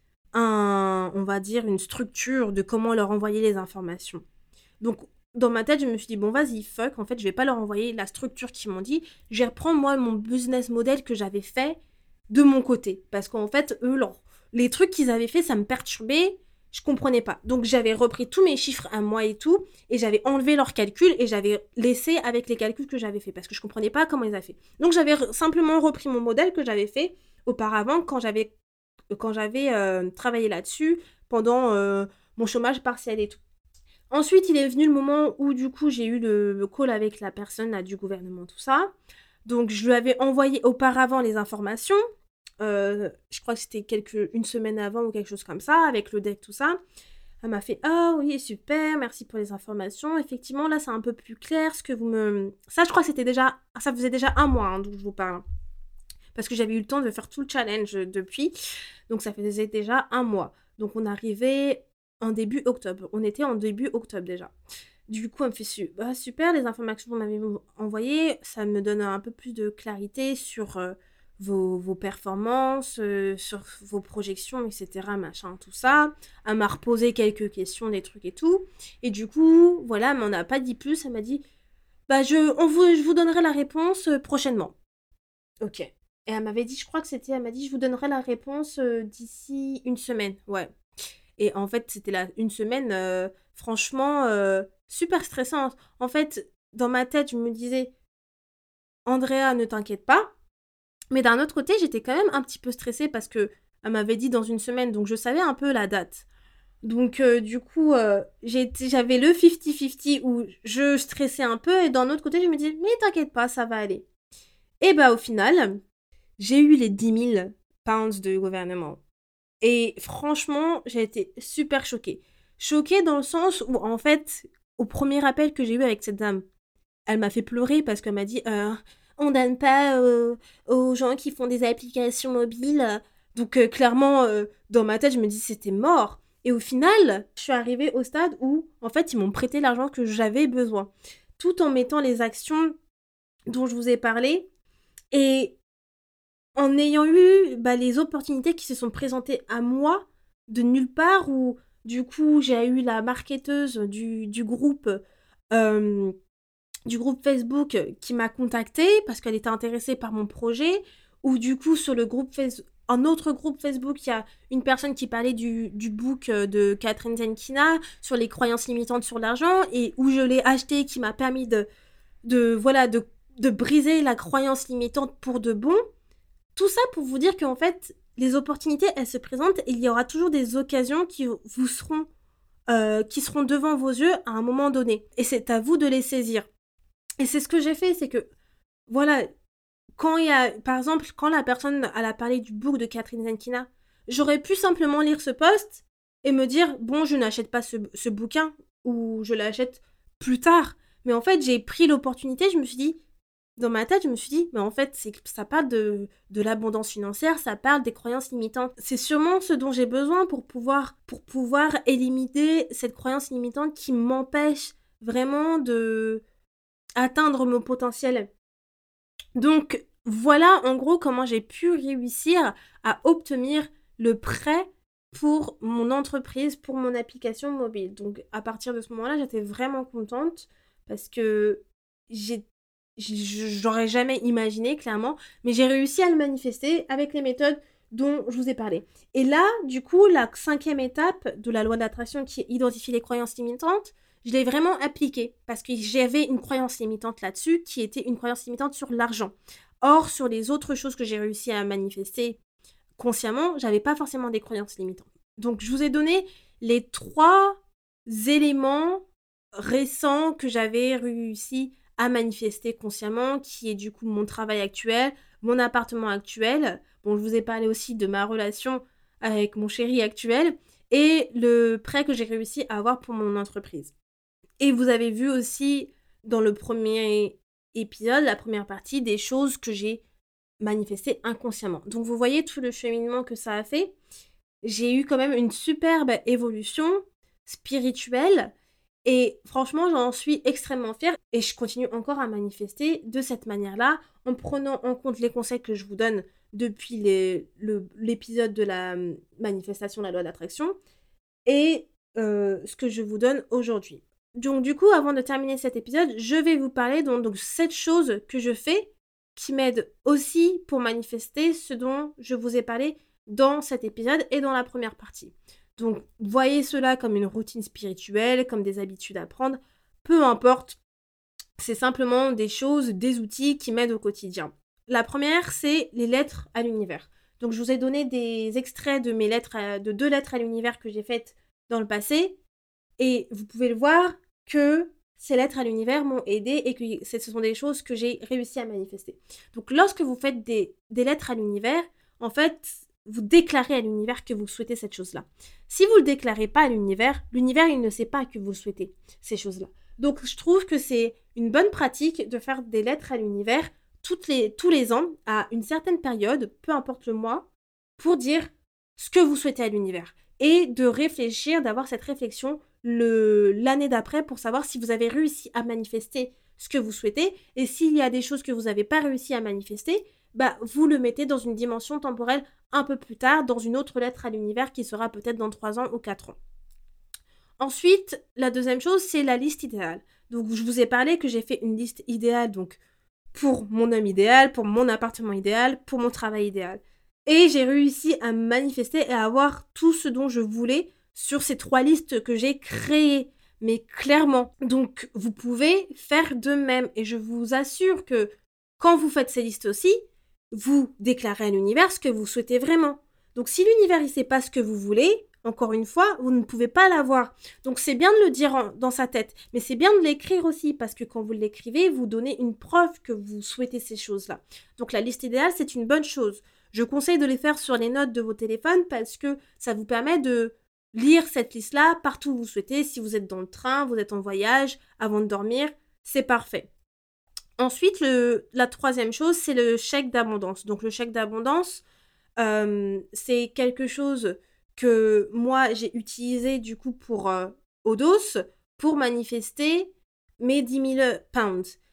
un, on va dire, une structure de comment leur envoyer les informations. Donc, dans ma tête, je me suis dit, bon, vas-y, fuck, en fait, je vais pas leur envoyer la structure qu'ils m'ont dit. Je vais reprendre, moi, mon business model que j'avais fait de mon côté. Parce qu'en fait, eux, leur, les trucs qu'ils avaient fait, ça me perturbait. Je comprenais pas. Donc, j'avais repris tous mes chiffres à moi et tout. Et j'avais enlevé leurs calculs et j'avais laissé avec les calculs que j'avais fait. Parce que je comprenais pas comment ils avaient fait. Donc, j'avais re- simplement repris mon modèle que j'avais fait auparavant quand j'avais, quand j'avais euh, travaillé là-dessus pendant euh, mon chômage partiel et tout. Ensuite, il est venu le moment où, du coup, j'ai eu le, le call avec la personne là, du gouvernement, tout ça. Donc, je lui avais envoyé auparavant les informations. Euh, je crois que c'était quelques, une semaine avant ou quelque chose comme ça, avec le deck, tout ça. Elle m'a fait « Ah oui, super, merci pour les informations. Effectivement, là, c'est un peu plus clair ce que vous me... » Ça, je crois que c'était déjà... Ça faisait déjà un mois hein, dont je vous parle. Parce que j'avais eu le temps de faire tout le challenge depuis. Donc, ça faisait déjà un mois. Donc, on arrivait en début octobre. On était en début octobre déjà. Du coup, elle me fait su- bah, super, les informations que vous m'avez envoyées, ça me donne un peu plus de clarité sur euh, vos, vos performances, euh, sur vos projections, et cetera. Machin, tout ça. Elle m'a reposé quelques questions, des trucs et tout. Et du coup, voilà, elle m'en a pas dit plus. Elle m'a dit, bah, je, on vous, je vous donnerai la réponse euh, prochainement. Ok. Et elle m'avait dit, je crois que c'était, elle m'a dit, je vous donnerai la réponse euh, d'ici une semaine. Ouais. Et en fait, c'était là une semaine, euh, franchement, euh, super stressante. En fait, dans ma tête, je me disais, Andrea, ne t'inquiète pas. Mais d'un autre côté, j'étais quand même un petit peu stressée parce que elle m'avait dit dans une semaine, donc je savais un peu la date. Donc, euh, du coup, euh, j'étais- j'avais le cinquante cinquante où je stressais un peu, et d'un autre côté, je me disais, mais t'inquiète pas, ça va aller. Et bah, au final, j'ai eu les dix mille pounds de gouvernement. Et franchement, j'ai été super choquée. Choquée dans le sens où, en fait, au premier appel que j'ai eu avec cette dame, elle m'a fait pleurer parce qu'elle m'a dit euh, on donne pas euh, aux gens qui font des applications mobiles. Donc, euh, clairement, euh, dans ma tête, je me dis c'était mort. Et au final, je suis arrivée au stade où, en fait, ils m'ont prêté l'argent que j'avais besoin, tout en mettant les actions dont je vous ai parlé. Et en ayant eu bah, les opportunités qui se sont présentées à moi de nulle part, où du coup j'ai eu la marketeuse du, du groupe euh, du groupe Facebook qui m'a contactée parce qu'elle était intéressée par mon projet, ou du coup sur le groupe Facebook, un autre groupe Facebook, il y a une personne qui parlait du, du book de Catherine Zenkina sur les croyances limitantes sur l'argent, et où je l'ai acheté, qui m'a permis de, de, voilà, de, de briser la croyance limitante pour de bon. Tout ça pour vous dire qu'en fait, les opportunités, elles se présentent, et il y aura toujours des occasions qui vous seront, euh, qui seront devant vos yeux à un moment donné. Et c'est à vous de les saisir. Et c'est ce que j'ai fait, c'est que, voilà, quand il y a, par exemple, quand la personne elle a parlé du book de Catherine Zenkina, j'aurais pu simplement lire ce post et me dire, bon, je n'achète pas ce, ce bouquin, ou je l'achète plus tard. Mais en fait, j'ai pris l'opportunité, je me suis dit, dans ma tête, je me suis dit, mais en fait, c'est, ça parle de, de l'abondance financière, ça parle des croyances limitantes. C'est sûrement ce dont j'ai besoin pour pouvoir, pour pouvoir éliminer cette croyance limitante qui m'empêche vraiment de atteindre mon potentiel. Donc, voilà en gros comment j'ai pu réussir à obtenir le prêt pour mon entreprise, pour mon application mobile. Donc, à partir de ce moment-là, j'étais vraiment contente parce que j'ai j'aurais jamais imaginé, clairement, mais j'ai réussi à le manifester avec les méthodes dont je vous ai parlé. Et là, du coup, la cinquième étape de la loi de l'attraction, qui est identifier les croyances limitantes, je l'ai vraiment appliquée parce que j'avais une croyance limitante là-dessus, qui était une croyance limitante sur l'argent. Or, sur les autres choses que j'ai réussi à manifester consciemment, j'avais pas forcément des croyances limitantes. Donc, je vous ai donné les trois éléments récents que j'avais réussi à manifester consciemment, qui est du coup mon travail actuel, mon appartement actuel. Bon, je vous ai parlé aussi de ma relation avec mon chéri actuel et le prêt que j'ai réussi à avoir pour mon entreprise. Et vous avez vu aussi dans le premier épisode, la première partie, des choses que j'ai manifestées inconsciemment. Donc vous voyez tout le cheminement que ça a fait. J'ai eu quand même une superbe évolution spirituelle. Et franchement, j'en suis extrêmement fière et je continue encore à manifester de cette manière-là, en prenant en compte les conseils que je vous donne depuis les, le, l'épisode de la manifestation de la loi d'attraction et euh, ce que je vous donne aujourd'hui. Donc du coup, avant de terminer cet épisode, je vais vous parler donc, donc cette chose que je fais qui m'aide aussi pour manifester ce dont je vous ai parlé dans cet épisode et dans la première partie. Donc, voyez cela comme une routine spirituelle, comme des habitudes à prendre, peu importe, c'est simplement des choses, des outils qui m'aident au quotidien. La première, c'est les lettres à l'univers. Donc, je vous ai donné des extraits de mes lettres, à, de deux lettres à l'univers que j'ai faites dans le passé, et vous pouvez le voir que ces lettres à l'univers m'ont aidé et que ce sont des choses que j'ai réussi à manifester. Donc, lorsque vous faites des, des lettres à l'univers, en fait, vous déclarez à l'univers que vous souhaitez cette chose-là. Si vous ne le déclarez pas à l'univers, l'univers, il ne sait pas que vous souhaitez ces choses-là. Donc, je trouve que c'est une bonne pratique de faire des lettres à l'univers toutes les, tous les ans, à une certaine période, peu importe le mois, pour dire ce que vous souhaitez à l'univers. Et de réfléchir, d'avoir cette réflexion le, l'année d'après pour savoir si vous avez réussi à manifester ce que vous souhaitez. Et s'il y a des choses que vous n'avez pas réussi à manifester, bah, vous le mettez dans une dimension temporelle un peu plus tard, dans une autre lettre à l'univers qui sera peut-être dans trois ans ou quatre ans. Ensuite, la deuxième chose, c'est la liste idéale. Donc, je vous ai parlé que j'ai fait une liste idéale donc pour mon homme idéal, pour mon appartement idéal, pour mon travail idéal. Et j'ai réussi à manifester et à avoir tout ce dont je voulais sur ces trois listes que j'ai créées. Mais clairement. Donc, vous pouvez faire de même. Et je vous assure que quand vous faites ces listes aussi, vous déclarez à l'univers ce que vous souhaitez vraiment. Donc si l'univers ne sait pas ce que vous voulez, encore une fois, vous ne pouvez pas l'avoir. Donc c'est bien de le dire en, dans sa tête, mais c'est bien de l'écrire aussi, parce que quand vous l'écrivez, vous donnez une preuve que vous souhaitez ces choses-là. Donc la liste idéale, c'est une bonne chose. Je conseille de les faire sur les notes de vos téléphones, parce que ça vous permet de lire cette liste-là partout où vous souhaitez. Si vous êtes dans le train, vous êtes en voyage, avant de dormir, c'est parfait. Ensuite, le, la troisième chose, c'est le chèque d'abondance. Donc, le chèque d'abondance, euh, c'est quelque chose que moi, j'ai utilisé du coup pour euh, Odos, pour manifester mes dix mille pounds.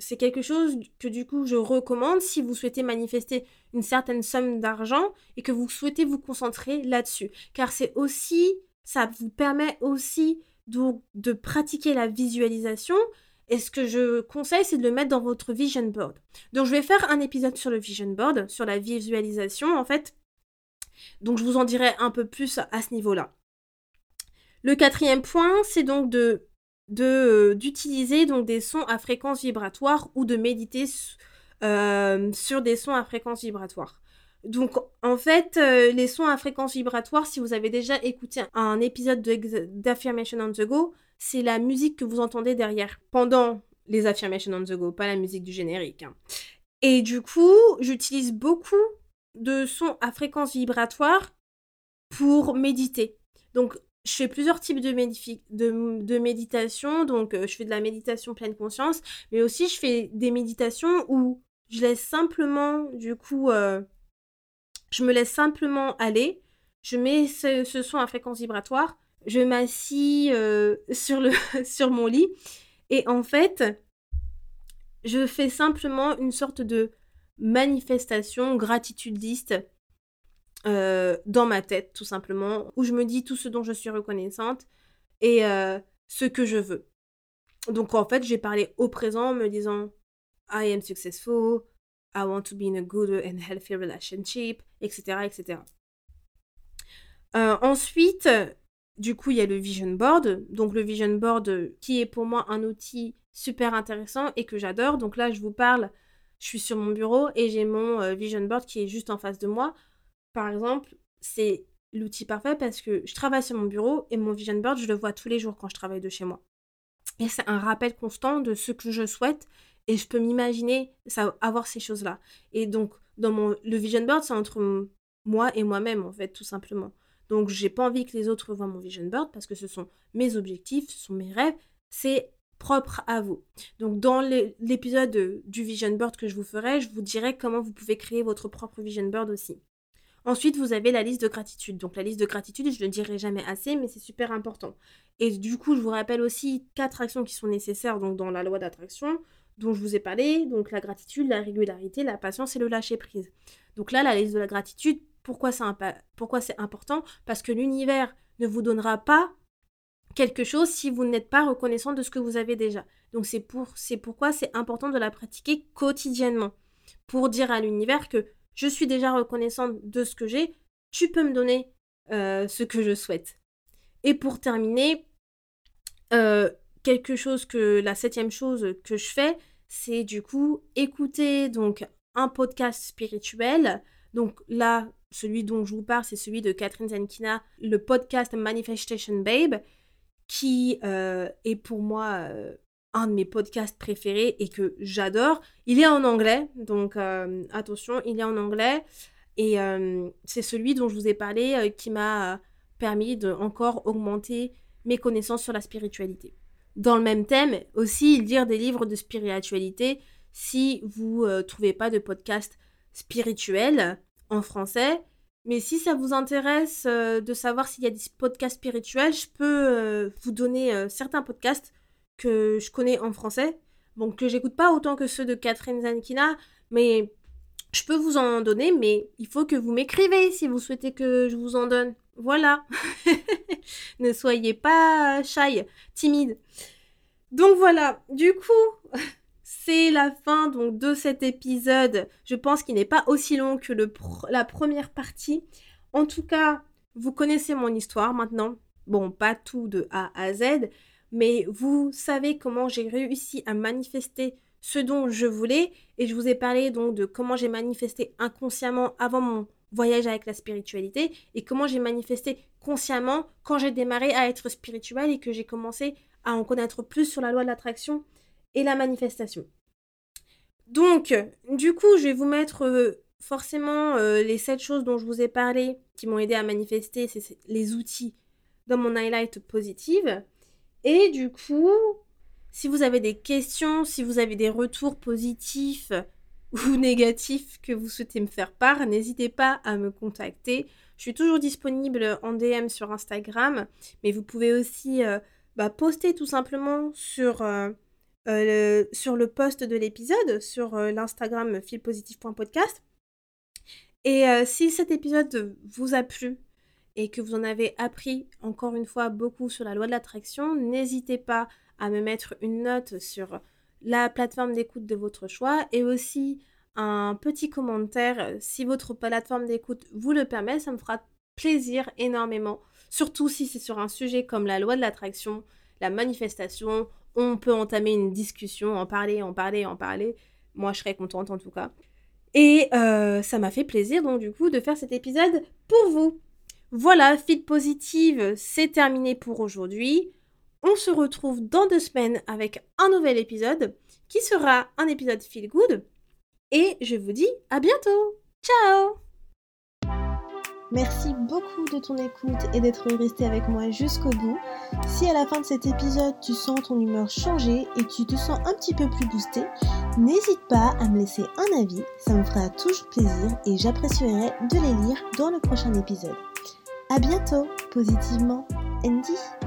c'est quelque chose que du coup je recommande si vous souhaitez manifester une certaine somme d'argent et que vous souhaitez vous concentrer là-dessus. Car c'est aussi, ça vous permet aussi donc de pratiquer la visualisation. Et ce que je conseille, c'est de le mettre dans votre vision board. Donc je vais faire un épisode sur le vision board, sur la visualisation en fait. Donc je vous en dirai un peu plus à ce niveau-là. Le quatrième point, c'est donc de de, euh, d'utiliser donc des sons à fréquence vibratoire ou de méditer euh, sur des sons à fréquence vibratoire. Donc, en fait, euh, les sons à fréquence vibratoire, si vous avez déjà écouté un épisode de, d'Affirmation on the Go, c'est la musique que vous entendez derrière pendant les Affirmation on the Go, pas la musique du générique. Hein. Et du coup, j'utilise beaucoup de sons à fréquence vibratoire pour méditer. Donc, je fais plusieurs types de, médifi- de, de méditation. Donc, euh, je fais de la méditation pleine conscience, mais aussi je fais des méditations où je laisse simplement, du coup, euh, je me laisse simplement aller. Je mets ce, ce son à fréquence vibratoire. Je m'assis euh, sur, le sur mon lit. Et en fait, je fais simplement une sorte de manifestation gratitudiste euh, dans ma tête, tout simplement, où je me dis tout ce dont je suis reconnaissante et euh, ce que je veux. Donc, en fait, j'ai parlé au présent en me disant « I am successful »,« I want to be in a good and healthy relationship », et cetera, et cetera. Euh, ensuite, du coup, il y a le vision board. Donc, le vision board qui est pour moi un outil super intéressant et que j'adore. Donc là, je vous parle, je suis sur mon bureau et j'ai mon euh, vision board qui est juste en face de moi. Par exemple, c'est l'outil parfait parce que je travaille sur mon bureau et mon vision board, je le vois tous les jours quand je travaille de chez moi. Et c'est un rappel constant de ce que je souhaite et je peux m'imaginer ça, avoir ces choses-là. Et donc, dans mon, le vision board, c'est entre moi et moi-même, en fait, tout simplement. Donc, j'ai pas envie que les autres voient mon vision board parce que ce sont mes objectifs, ce sont mes rêves, c'est propre à vous. Donc, dans les, l'épisode du vision board que je vous ferai, je vous dirai comment vous pouvez créer votre propre vision board aussi. Ensuite, vous avez la liste de gratitude. Donc, la liste de gratitude, je ne le dirai jamais assez, mais c'est super important. Et du coup, je vous rappelle aussi quatre actions qui sont nécessaires donc, dans la loi d'attraction, dont je vous ai parlé. Donc, la gratitude, la régularité, la patience et le lâcher-prise. Donc là, la liste de la gratitude, pourquoi c'est, impa- pourquoi c'est important ? Parce que l'univers ne vous donnera pas quelque chose si vous n'êtes pas reconnaissant de ce que vous avez déjà. Donc, c'est, pour, c'est pourquoi c'est important de la pratiquer quotidiennement. Pour dire à l'univers que je suis déjà reconnaissante de ce que j'ai, tu peux me donner euh, ce que je souhaite. Et pour terminer, euh, quelque chose que, la septième chose que je fais, c'est du coup écouter donc un podcast spirituel. Donc là, celui dont je vous parle, c'est celui de Catherine Zenkina, le podcast Manifestation Babe, qui euh, est pour moi euh, un de mes podcasts préférés et que j'adore. Il est en anglais, donc euh, attention, il est en anglais. Et euh, c'est celui dont je vous ai parlé euh, qui m'a permis de encore augmenter mes connaissances sur la spiritualité. Dans le même thème, aussi lire des livres de spiritualité si vous ne euh, trouvez pas de podcast spirituel en français. Mais si ça vous intéresse euh, de savoir s'il y a des podcasts spirituels, je peux euh, vous donner euh, certains podcasts que je connais en français. Bon, que j'écoute pas autant que ceux de Catherine Zenkina, mais je peux vous en donner, mais il faut que vous m'écrivez si vous souhaitez que je vous en donne. Voilà. Ne soyez pas shy, timide. Donc voilà, du coup, c'est la fin donc, de cet épisode. Je pense qu'il n'est pas aussi long que le pr- la première partie. En tout cas, vous connaissez mon histoire maintenant. Bon, pas tout de A à Z, mais vous savez comment j'ai réussi à manifester ce dont je voulais. Et je vous ai parlé donc de comment j'ai manifesté inconsciemment avant mon voyage avec la spiritualité et comment j'ai manifesté consciemment quand j'ai démarré à être spirituelle et que j'ai commencé à en connaître plus sur la loi de l'attraction et la manifestation. Donc, du coup, je vais vous mettre euh, forcément euh, les sept choses dont je vous ai parlé qui m'ont aidé à manifester, c'est, c'est les outils dans mon highlight positive. Et du coup, si vous avez des questions, si vous avez des retours positifs ou négatifs que vous souhaitez me faire part, n'hésitez pas à me contacter. Je suis toujours disponible en D M sur Instagram, mais vous pouvez aussi euh, bah, poster tout simplement sur... Euh, euh, le- sur le post de l'épisode, sur euh, l'Instagram feelpositive point podcast. Et euh, si cet épisode vous a plu et que vous en avez appris encore une fois beaucoup sur la loi de l'attraction, n'hésitez pas à me mettre une note sur la plateforme d'écoute de votre choix et aussi un petit commentaire si votre plateforme d'écoute vous le permet. Ça me fera plaisir énormément, surtout si c'est sur un sujet comme la loi de l'attraction, la manifestation. On peut entamer une discussion, en parler, en parler, en parler. Moi, je serais contente en tout cas. Et euh, ça m'a fait plaisir donc du coup de faire cet épisode pour vous. Voilà, Feel Positive, c'est terminé pour aujourd'hui. On se retrouve dans deux semaines avec un nouvel épisode qui sera un épisode Feel Good. Et je vous dis à bientôt. Ciao! Merci beaucoup de ton écoute et d'être resté avec moi jusqu'au bout. Si à la fin de cet épisode tu sens ton humeur changer et tu te sens un petit peu plus boosté, n'hésite pas à me laisser un avis, ça me fera toujours plaisir et j'apprécierai de les lire dans le prochain épisode. À bientôt, positivement, Andy.